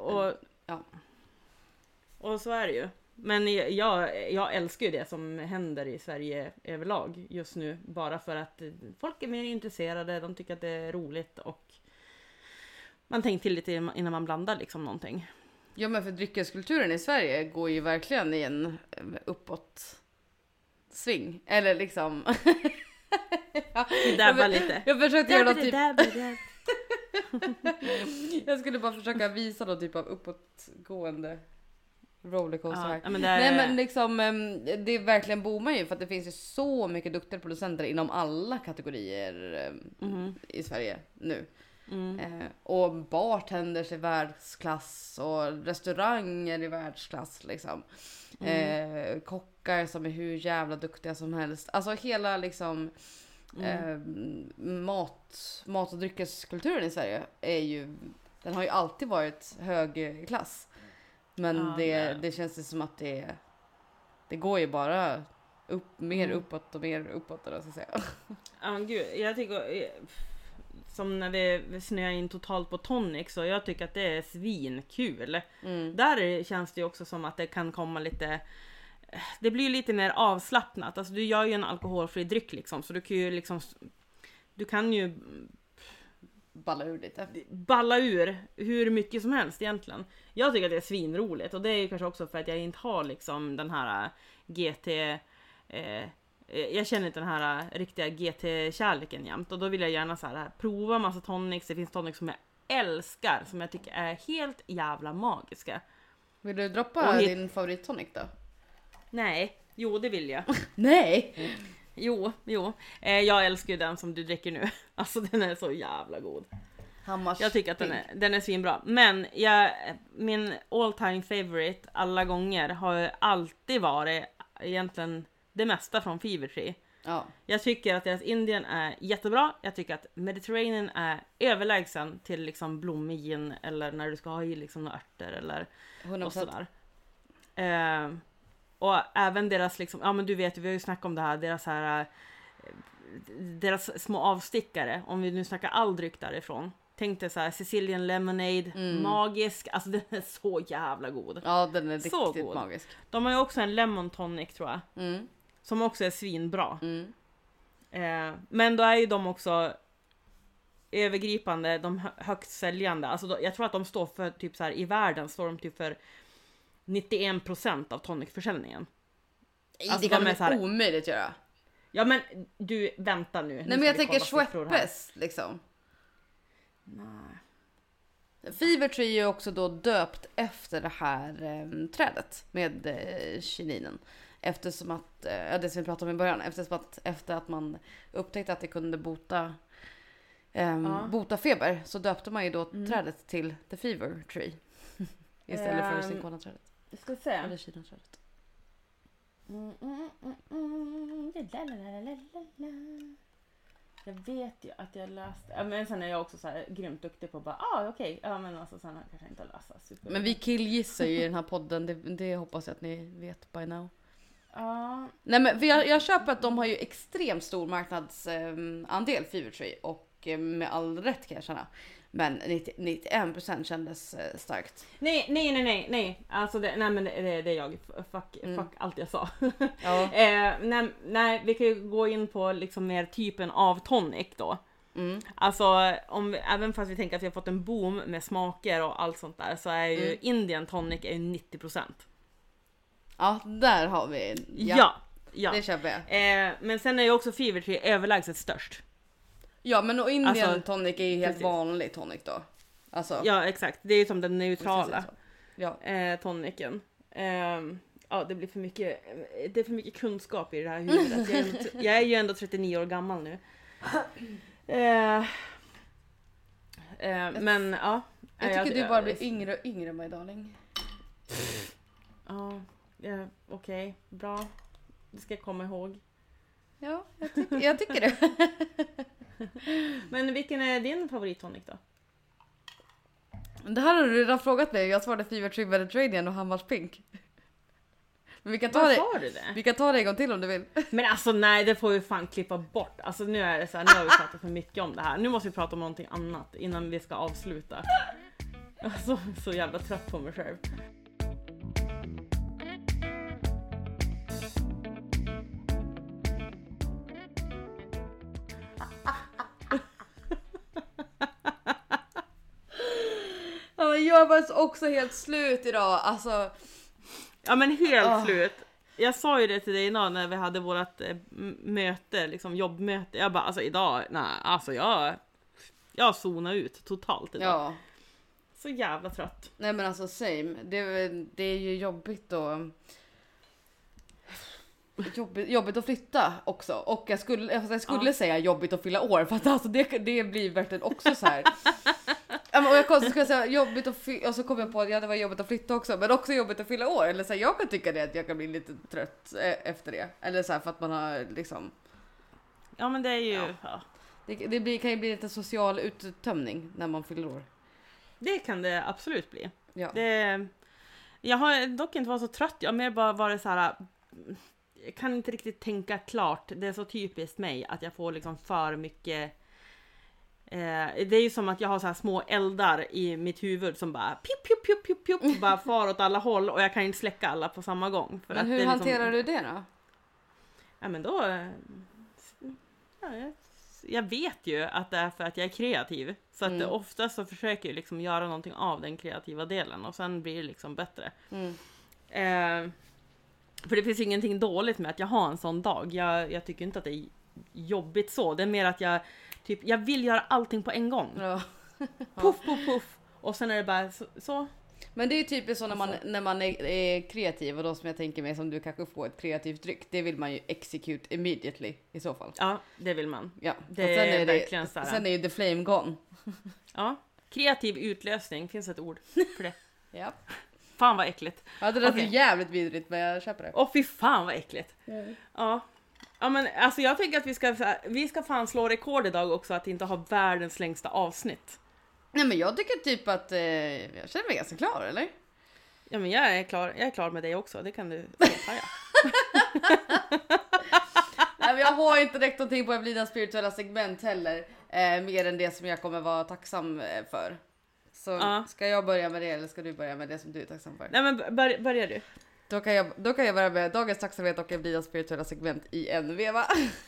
Speaker 1: Och så är det ju. Men jag älskar ju det som händer i Sverige överlag just nu. Bara för att folk är mer intresserade, de tycker att det är roligt och man tänker till lite innan man blandar liksom någonting.
Speaker 2: Ja men för dryckeskulturen i Sverige går ju verkligen i en uppåt sving. Eller liksom...
Speaker 1: Vi dabbar lite.
Speaker 2: Jag försökte göra något typ...
Speaker 1: Dabba.
Speaker 2: Jag skulle bara försöka visa någon typ av uppåtgående rollercoaster.
Speaker 1: Ja, men
Speaker 2: Nej men liksom, det är verkligen boomar ju för att det finns ju så mycket duktiga producenter inom alla kategorier i Sverige nu. Och bartenders i världsklass och restauranger i världsklass liksom. Kockar som är hur jävla duktiga som helst. Alltså hela liksom mat och dryckeskulturen i Sverige är ju, den har ju alltid varit hög klass. Men det känns som att det går ju bara mer uppåt och mer uppåt, eller vad ska jag säga.
Speaker 1: Ja, gud, jag tycker som när vi snöar in totalt på tonic, så jag tycker att det är svinkul. Där känns det ju också som att det kan komma lite, det blir lite mer avslappnat. Alltså du gör ju en alkoholfri dryck liksom, så du kan ju balla ur hur mycket som helst egentligen. Jag tycker att det är svinroligt, och det är ju kanske också för att jag inte har liksom den här GT jag känner inte den här riktiga GT-kärleken jämt. Och då vill jag gärna så här, prova massa tonics. Det finns tonics som jag älskar, som jag tycker är helt jävla magiska.
Speaker 2: Vill du droppa din favorittonic då?
Speaker 1: Nej, jo det vill jag.
Speaker 2: Nej!
Speaker 1: Jo. Jag älskar ju den som du dricker nu. Alltså den är så jävla god. Jag tycker att den är svinbra. Men min all time favorite alla gånger har ju alltid varit egentligen det mesta från Fever Tree.
Speaker 2: Ja.
Speaker 1: Jag tycker att deras Indian är jättebra. Jag tycker att Mediterranean är överlägsen till liksom blommig gin, eller när du ska ha i liksom några örter eller
Speaker 2: 100%.
Speaker 1: och sådär. Och även deras liksom, ja men du vet, vi har ju snackat om det här, deras små avstickare, om vi nu snackar all dryck därifrån. Tänk dig så här, Sicilian Lemonade, magisk, alltså den är så jävla god.
Speaker 2: Ja, den är
Speaker 1: så
Speaker 2: riktigt
Speaker 1: god.
Speaker 2: magisk.
Speaker 1: De har ju också en lemon tonic tror jag, som också är svinbra. Men då är ju de också övergripande, de högst säljande. Alltså jag tror att de står för typ så här, i världen står de typ för 91% av tonicförsäljningen.
Speaker 2: Alltså, det kan man här omöjligt göra.
Speaker 1: Ja men du, vänta nu.
Speaker 2: Nej men jag tänker Schweppes liksom. Nej. Fever Tree är ju också då döpt efter det här trädet med kininen. Eftersom att, det som vi pratade om i början, efter att man upptäckte att det kunde bota feber, så döpte man ju då trädet till The Fever Tree. Istället för Cinchona-trädet.
Speaker 1: Jag ska se.
Speaker 2: Eller Kina-trädet.
Speaker 1: Jag vet ju att jag läste, men sen är jag också så här grymt duktig på bara, okej. Ja men alltså sen har jag kanske inte läst super.
Speaker 2: Men vi killgissar ju i den här podden, det hoppas jag att ni vet by now. Nej men jag köper att de har ju extremt stor marknadsandel Fever Tree, och med all rätt kan jag känna. Men 91% kändes starkt.
Speaker 1: Nej. Alltså nej men det är jag. Fuck allt jag sa.
Speaker 2: Ja.
Speaker 1: Nej, vi kan ju gå in på liksom mer typen av tonic då. Alltså även fast vi tänker att vi har fått en boom med smaker och allt sånt där, så är ju Indian tonic är ju 90%.
Speaker 2: Ja, där har vi.
Speaker 1: Ja.
Speaker 2: Det köper jag.
Speaker 1: Men sen är ju också Fever Tree överlägset störst.
Speaker 2: Ja, men och Indian tonic är ju helt vanlig tonic då. Alltså.
Speaker 1: Ja, exakt. Det är ju som den neutrala tonicen. Det blir för mycket, det är för mycket kunskap i det här huvudet. Jag är ju ändå 39 år gammal nu. Men ja.
Speaker 2: Jag tycker du bara blir yngre och yngre, my darling.
Speaker 1: Ja, okej. Bra. Det ska jag komma ihåg.
Speaker 2: Ja, jag tycker det.
Speaker 1: Men vilken är din favorittonic då?
Speaker 2: Det här har du redan frågat mig. Jag svarade Fever Tree Mediterranean och Hammars Pink. Men vi kan ta Vi kan ta det en gång till om du vill. Men
Speaker 1: alltså nej, det får vi fan klippa bort. Alltså nu är det så här, nu har vi pratat för mycket om det här. Nu måste vi prata om någonting annat innan vi ska avsluta. Alltså, så jävla trött på mig själv.
Speaker 2: Jag var också helt slut idag, alltså.
Speaker 1: Ja men helt slut. Jag sa ju det till dig idag när vi hade vårat möte, liksom jobbmöte. Jag bara, alltså idag, nej, alltså jag zonade ut totalt idag.
Speaker 2: Ja.
Speaker 1: Så jävla trött.
Speaker 2: Nej men alltså same, det är ju jobbigt att flytta också. Och jag skulle säga jobbigt att fylla år, för att alltså det blir verkligen också så här. Och jag skulle säga jobbigt och så kom jag på att det var jobbigt att flytta också, men också jobbigt att fylla år. Eller så här, jag kan tycka det att jag kan bli lite trött efter det. Eller så här, för att man har liksom.
Speaker 1: Ja men det är ju. Ja.
Speaker 2: Det kan ju bli lite social uttömning när man fyller år.
Speaker 1: Det kan det absolut bli.
Speaker 2: Ja.
Speaker 1: Jag har dock inte varit så trött. Jag har mer bara varit så här. Jag kan inte riktigt tänka klart. Det är så typiskt mig att jag får liksom för mycket. Det är ju som att jag har så här små eldar i mitt huvud som bara pjup, bara far åt alla håll, och jag kan inte släcka alla på samma gång.
Speaker 2: Men hur hanterar du det då?
Speaker 1: Ja men då. Jag vet ju att det är för att jag är kreativ. Så att ofta så försöker jag liksom göra någonting av den kreativa delen, och sen blir det liksom bättre. För det finns ingenting dåligt med att jag har en sån dag. Jag tycker inte att det är jobbigt så. Det är mer att jag vill göra allting på en gång.
Speaker 2: Ja.
Speaker 1: Puff, puff, puff. Och sen är det bara så.
Speaker 2: Men det är ju typiskt så när man är kreativ, och då som jag tänker mig som du kanske får ett kreativt tryck, det vill man ju execute immediately i så fall.
Speaker 1: Ja, det vill man.
Speaker 2: Ja,
Speaker 1: Det
Speaker 2: och sen
Speaker 1: är verkligen så här.
Speaker 2: Sen är ju the flame gone.
Speaker 1: Ja, kreativ utlösning, finns ett ord för det.
Speaker 2: Ja.
Speaker 1: Fan vad äckligt.
Speaker 2: Ja, det låter
Speaker 1: Okej.
Speaker 2: jävligt vidrigt, men jag köper det.
Speaker 1: Åh fy fan vad äckligt. Ja. Ja men alltså jag tänker att vi ska fan slå rekord idag också att inte ha världens längsta avsnitt.
Speaker 2: Nej, men jag tycker typ att jag känner mig ganska klar, eller?
Speaker 1: Ja men jag är klar med dig också, det kan du säga.
Speaker 2: Nej, men jag har inte direkt någonting på Evelinas spirituella segment heller. Mer än det som jag kommer vara tacksam för. Så ska jag börja med det eller ska du börja med det som du är tacksam för?
Speaker 1: Nej men börjar du.
Speaker 2: Då kan jag börja med dagens tacksamhet och Evelinas spirituella segment i en veva.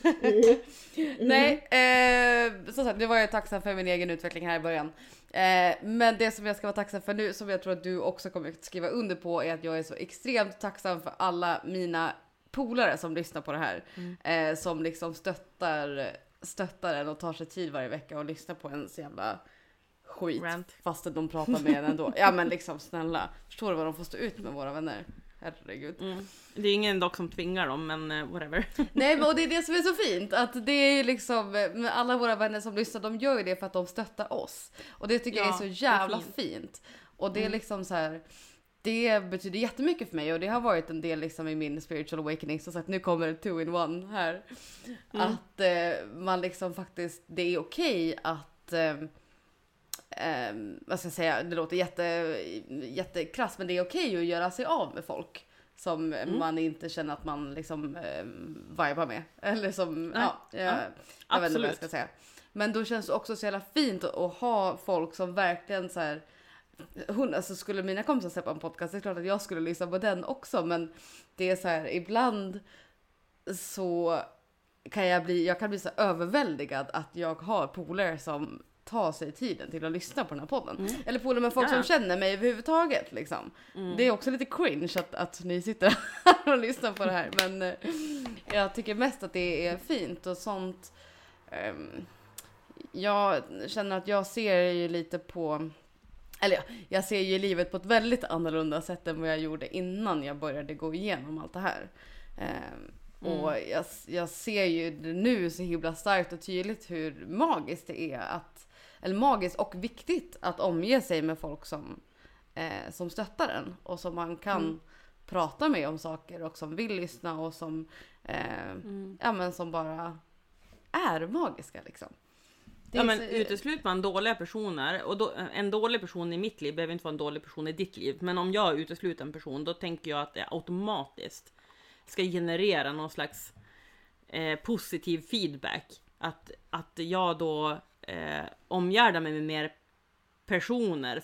Speaker 2: Nej, som sagt, det var jag tacksam för min egen utveckling här i början. Men det som jag ska vara tacksam för nu, som jag tror att du också kommer att skriva under på, är att jag är så extremt tacksam för alla mina polare som lyssnar på det här. Som liksom stöttar en och tar sig tid varje vecka och lyssnar på en så jävla skit.
Speaker 1: Rant.
Speaker 2: Fast att de pratar med en ändå. Ja men liksom snälla, förstår du vad de får stå ut med, våra vänner? Herregud.
Speaker 1: Det är ingen dock som tvingar dem, men whatever.
Speaker 2: Nej, men och det är det som är så fint, att det är liksom alla våra vänner som lyssnar, de gör ju det för att de stöttar oss. Och det tycker jag är så jävla fint. Och det är liksom så här, det betyder jättemycket för mig, och det har varit en del liksom i min spiritual awakening. Så att nu kommer det 2-in-1 här. Att man liksom faktiskt, det är okej att vad ska jag säga, det låter jättekrass, men det är okej att göra sig av med folk som man inte känner att man liksom vibar med. Eller som, jag vet inte vad jag ska säga. Men då känns det också så jävla fint att ha folk som verkligen så här, alltså skulle mina kompisar släppa en podcast, det är klart att jag skulle lyssna på den också, men det är så här, ibland så kan jag bli så överväldigad att jag har polare som tar sig tiden till att lyssna på den här podden. Eller polare med folk som känner mig överhuvudtaget liksom. Det är också lite cringe att ni sitter här och lyssnar på det här, men jag tycker mest att det är fint och sånt. Jag känner att jag ser ju lite på, eller jag ser ju livet på ett väldigt annorlunda sätt än vad jag gjorde innan jag började gå igenom allt det här. Och jag ser ju nu så himla starkt och tydligt hur magiskt det är eller magiskt och viktigt att omge sig med folk som stöttar en och som man kan prata med om saker och som vill lyssna och som som bara är magiska liksom.
Speaker 1: Utesluter man dåliga personer, och en dålig person i mitt liv behöver inte vara en dålig person i ditt liv, men om jag utesluter en person, då tänker jag att det automatiskt ska generera någon slags positiv feedback, att jag då omgärdar mig med mer personer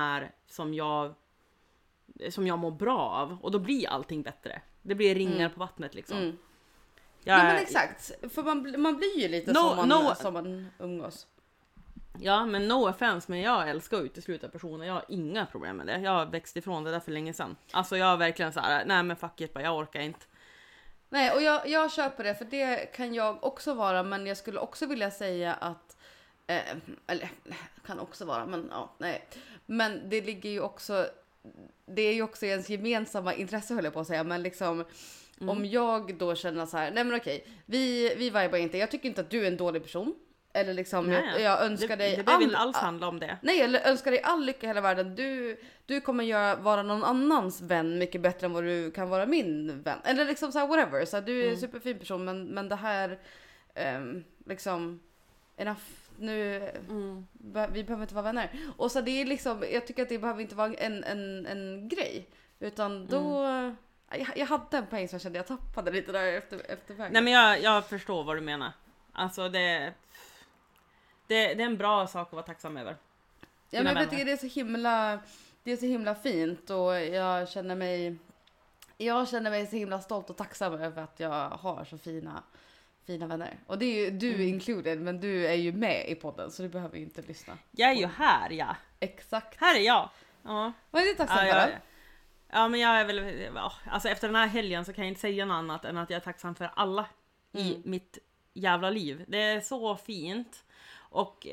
Speaker 1: som jag mår bra av, och då blir allting bättre. Det blir ringar på vattnet liksom.
Speaker 2: Ja men exakt, för man blir ju lite som man umgås.
Speaker 1: Ja men no offense, men jag älskar att utesluta personer. Jag har inga problem med det. Jag har växt ifrån det där för länge sedan. Alltså jag har verkligen så här: nej men fuck it, jag orkar inte.
Speaker 2: Nej, och jag köper det, för det kan jag också vara, men jag skulle också vilja säga att eller kan också vara, men ja, nej. Men det ligger ju också, det är ju också ens gemensamma intresse, höll jag på att säga, men liksom om jag då känner så här: nej men okej, vi vibar inte, jag tycker inte att du är en dålig person. Eller liksom, jag önskar dig
Speaker 1: det behöver inte alls handla om det.
Speaker 2: Nej, jag önskar dig all lycka i hela världen. Du kommer vara någon annans vän mycket bättre än vad du kan vara min vän. Eller liksom så här, whatever. Så här, du är en superfin person, men det här liksom enough nu. Vi behöver inte vara vänner. Och så det är liksom, jag tycker att det behöver inte vara en grej, utan då jag hade en poäng som jag kände jag tappade lite där efter vägen.
Speaker 1: Nej men jag förstår vad du menar. Alltså det är en bra sak att vara tacksam över.
Speaker 2: Ja, men jag tycker det är så himla fint, och jag känner mig så himla stolt och tacksam över att jag har så fina vänner. Och det är ju du included, men du är ju med i podden så du behöver ju inte lyssna.
Speaker 1: Jag är ju här, ja.
Speaker 2: Exakt.
Speaker 1: Här är jag. Ja.
Speaker 2: Vad är du tacksam för då?
Speaker 1: Ja, men jag är väl, alltså efter den här helgen så kan jag inte säga något annat än att jag är tacksam för alla i mitt jävla liv. Det är så fint. Och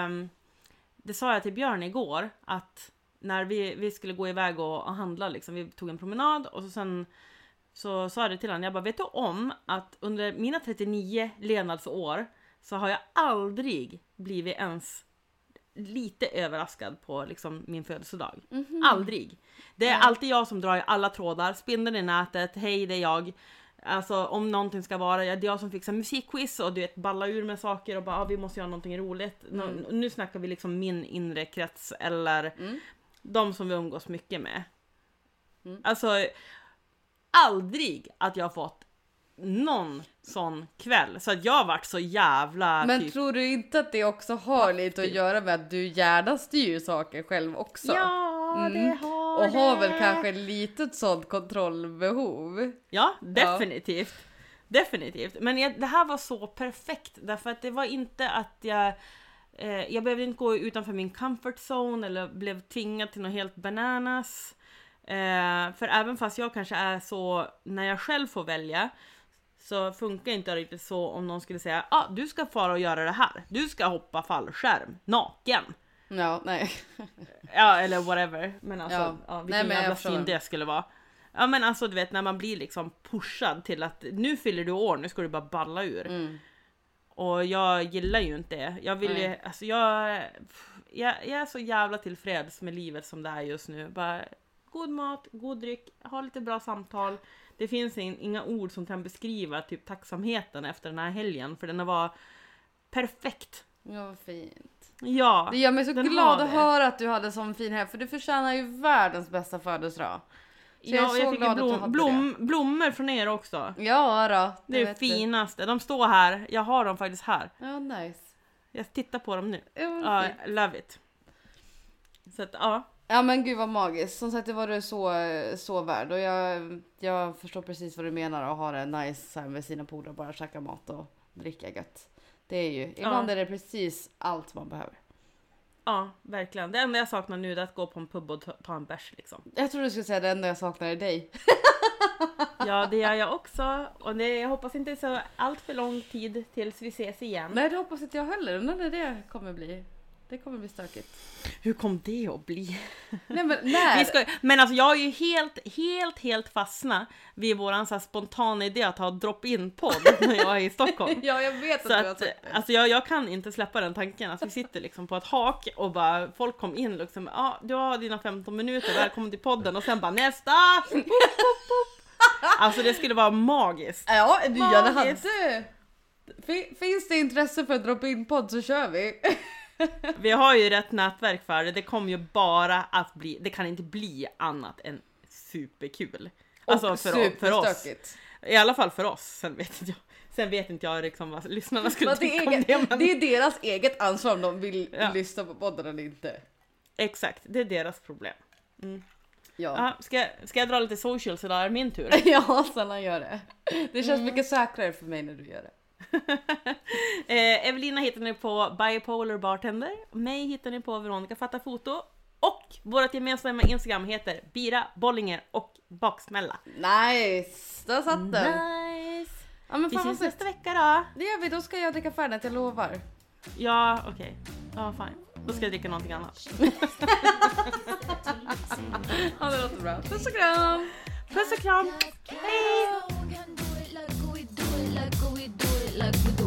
Speaker 1: det sa jag till Björn igår, att när vi skulle gå iväg och handla liksom, vi tog en promenad och sen så sa jag det till honom, jag bara, vet du om att under mina 39 levnadsår så har jag aldrig blivit ens lite överraskad på liksom min födelsedag. Aldrig. Det är alltid jag som drar i alla trådar, spindeln i nätet, hej det är jag. Alltså om någonting ska vara, det är jag som fixar musikquiz och du vet, balla ur med saker och bara, vi måste göra någonting roligt. Nu snackar vi liksom min inre krets eller de som vi umgås mycket med. Alltså aldrig att jag har fått någon sån kväll. Så att jag har varit så jävla
Speaker 2: Men tror du inte att det också har lite att göra med att du gärna styr saker själv också?
Speaker 1: Ja, det har
Speaker 2: och
Speaker 1: det.
Speaker 2: har väl kanske lite ett sånt kontrollbehov.
Speaker 1: Ja, definitivt. Definitivt. Men det här var så perfekt. Därför att det var inte att jag behövde inte gå utanför min comfort zone eller blev tvingad till något helt bananas. För även fast jag kanske är så, när jag själv får välja, så funkar inte riktigt så om någon skulle säga, du ska fara och göra det här. Du ska hoppa fallskärm, naken.
Speaker 2: Ja, nej.
Speaker 1: Ja, eller whatever. Men alltså, vilken
Speaker 2: nej, men
Speaker 1: jävla syn det skulle vara. Ja, men alltså du vet, när man blir liksom pushad till att nu fyller du år, nu ska du bara balla ur. Och jag gillar ju inte det. Jag vill ju, alltså jag är så jävla tillfreds med livet som det är just nu. Bara god mat, god dryck, ha lite bra samtal. Det finns inga ord som kan beskriva typ tacksamheten efter den här helgen. För den var perfekt.
Speaker 2: Ja, vad fint.
Speaker 1: Ja,
Speaker 2: det gör mig så glad att höra att du hade sån fin helg. För du förtjänar ju världens bästa födelsedag. Så
Speaker 1: jag fick blommor från er också.
Speaker 2: Ja då.
Speaker 1: Det är det finaste. De står här. Jag har dem faktiskt här.
Speaker 2: Ja, nice.
Speaker 1: Jag tittar på dem nu.
Speaker 2: Ja,
Speaker 1: love it. Så att, ja.
Speaker 2: Ja, men gud vad magiskt. Som sagt, det var du så värd. Och jag förstår precis vad du menar att ha det nice här med sina polare, bara käka mat och dricka gött. Det är ju, ibland är det precis allt man behöver.
Speaker 1: Ja, verkligen. Det enda jag saknar nu är att gå på en pub och ta en bärs liksom.
Speaker 2: Jag tror du skulle säga det enda jag saknar är dig.
Speaker 1: Ja, det gör jag också. Och jag hoppas inte så allt för lång tid tills vi ses igen.
Speaker 2: Nej, det hoppas inte jag heller. När det kommer bli. Det kommer bli stökigt.
Speaker 1: Hur kom det att bli?
Speaker 2: Nej, men när?
Speaker 1: Men alltså jag är ju helt fastna vid våran så här spontana idé att ha drop-in-podd när jag är i Stockholm.
Speaker 2: Ja, jag vet
Speaker 1: så
Speaker 2: att du har sagt det.
Speaker 1: Alltså jag kan inte släppa den tanken. Alltså vi sitter liksom på ett hak och bara folk kom in liksom, du har dina 15 minuter, välkommen till podden, och sen bara nästa! Alltså det skulle vara magiskt.
Speaker 2: Ja, du gärna hade. Finns det intresse för drop-in-podd så kör vi.
Speaker 1: Vi har ju rätt nätverk för det. Det kommer ju bara att bli, det kan inte bli annat än superkul. Alltså
Speaker 2: och
Speaker 1: för oss. I alla fall för oss. Sen vet inte jag liksom vad lyssnarna skulle tycka om det. Men...
Speaker 2: Det är deras eget ansvar om de vill lyssna på podden eller inte.
Speaker 1: Exakt, det är deras problem.
Speaker 2: Ja.
Speaker 1: Ska jag dra lite socials idag? Är min tur?
Speaker 2: Ja, sällan gör det. Det känns mycket säkrare för mig när du gör det.
Speaker 1: Evelina hittar ni på Bipolar Bartender. Mig hittar ni på Veronica Fattar Foto. Och vårt gemensamma Instagram heter Bira, Bollinger och Baksmälla.
Speaker 2: Nice, där satt den.
Speaker 1: Nice.
Speaker 2: Ja, men
Speaker 1: vi
Speaker 2: fan
Speaker 1: syns nästa vecka då.
Speaker 2: Det gör vi, då ska jag dricka Fernet, jag lovar.
Speaker 1: Ja, okej. Ja, fine. Då ska jag dricka någonting annat.
Speaker 2: Ja, det låter bra. Puss och kram.
Speaker 1: Puss och kram.
Speaker 3: Hej!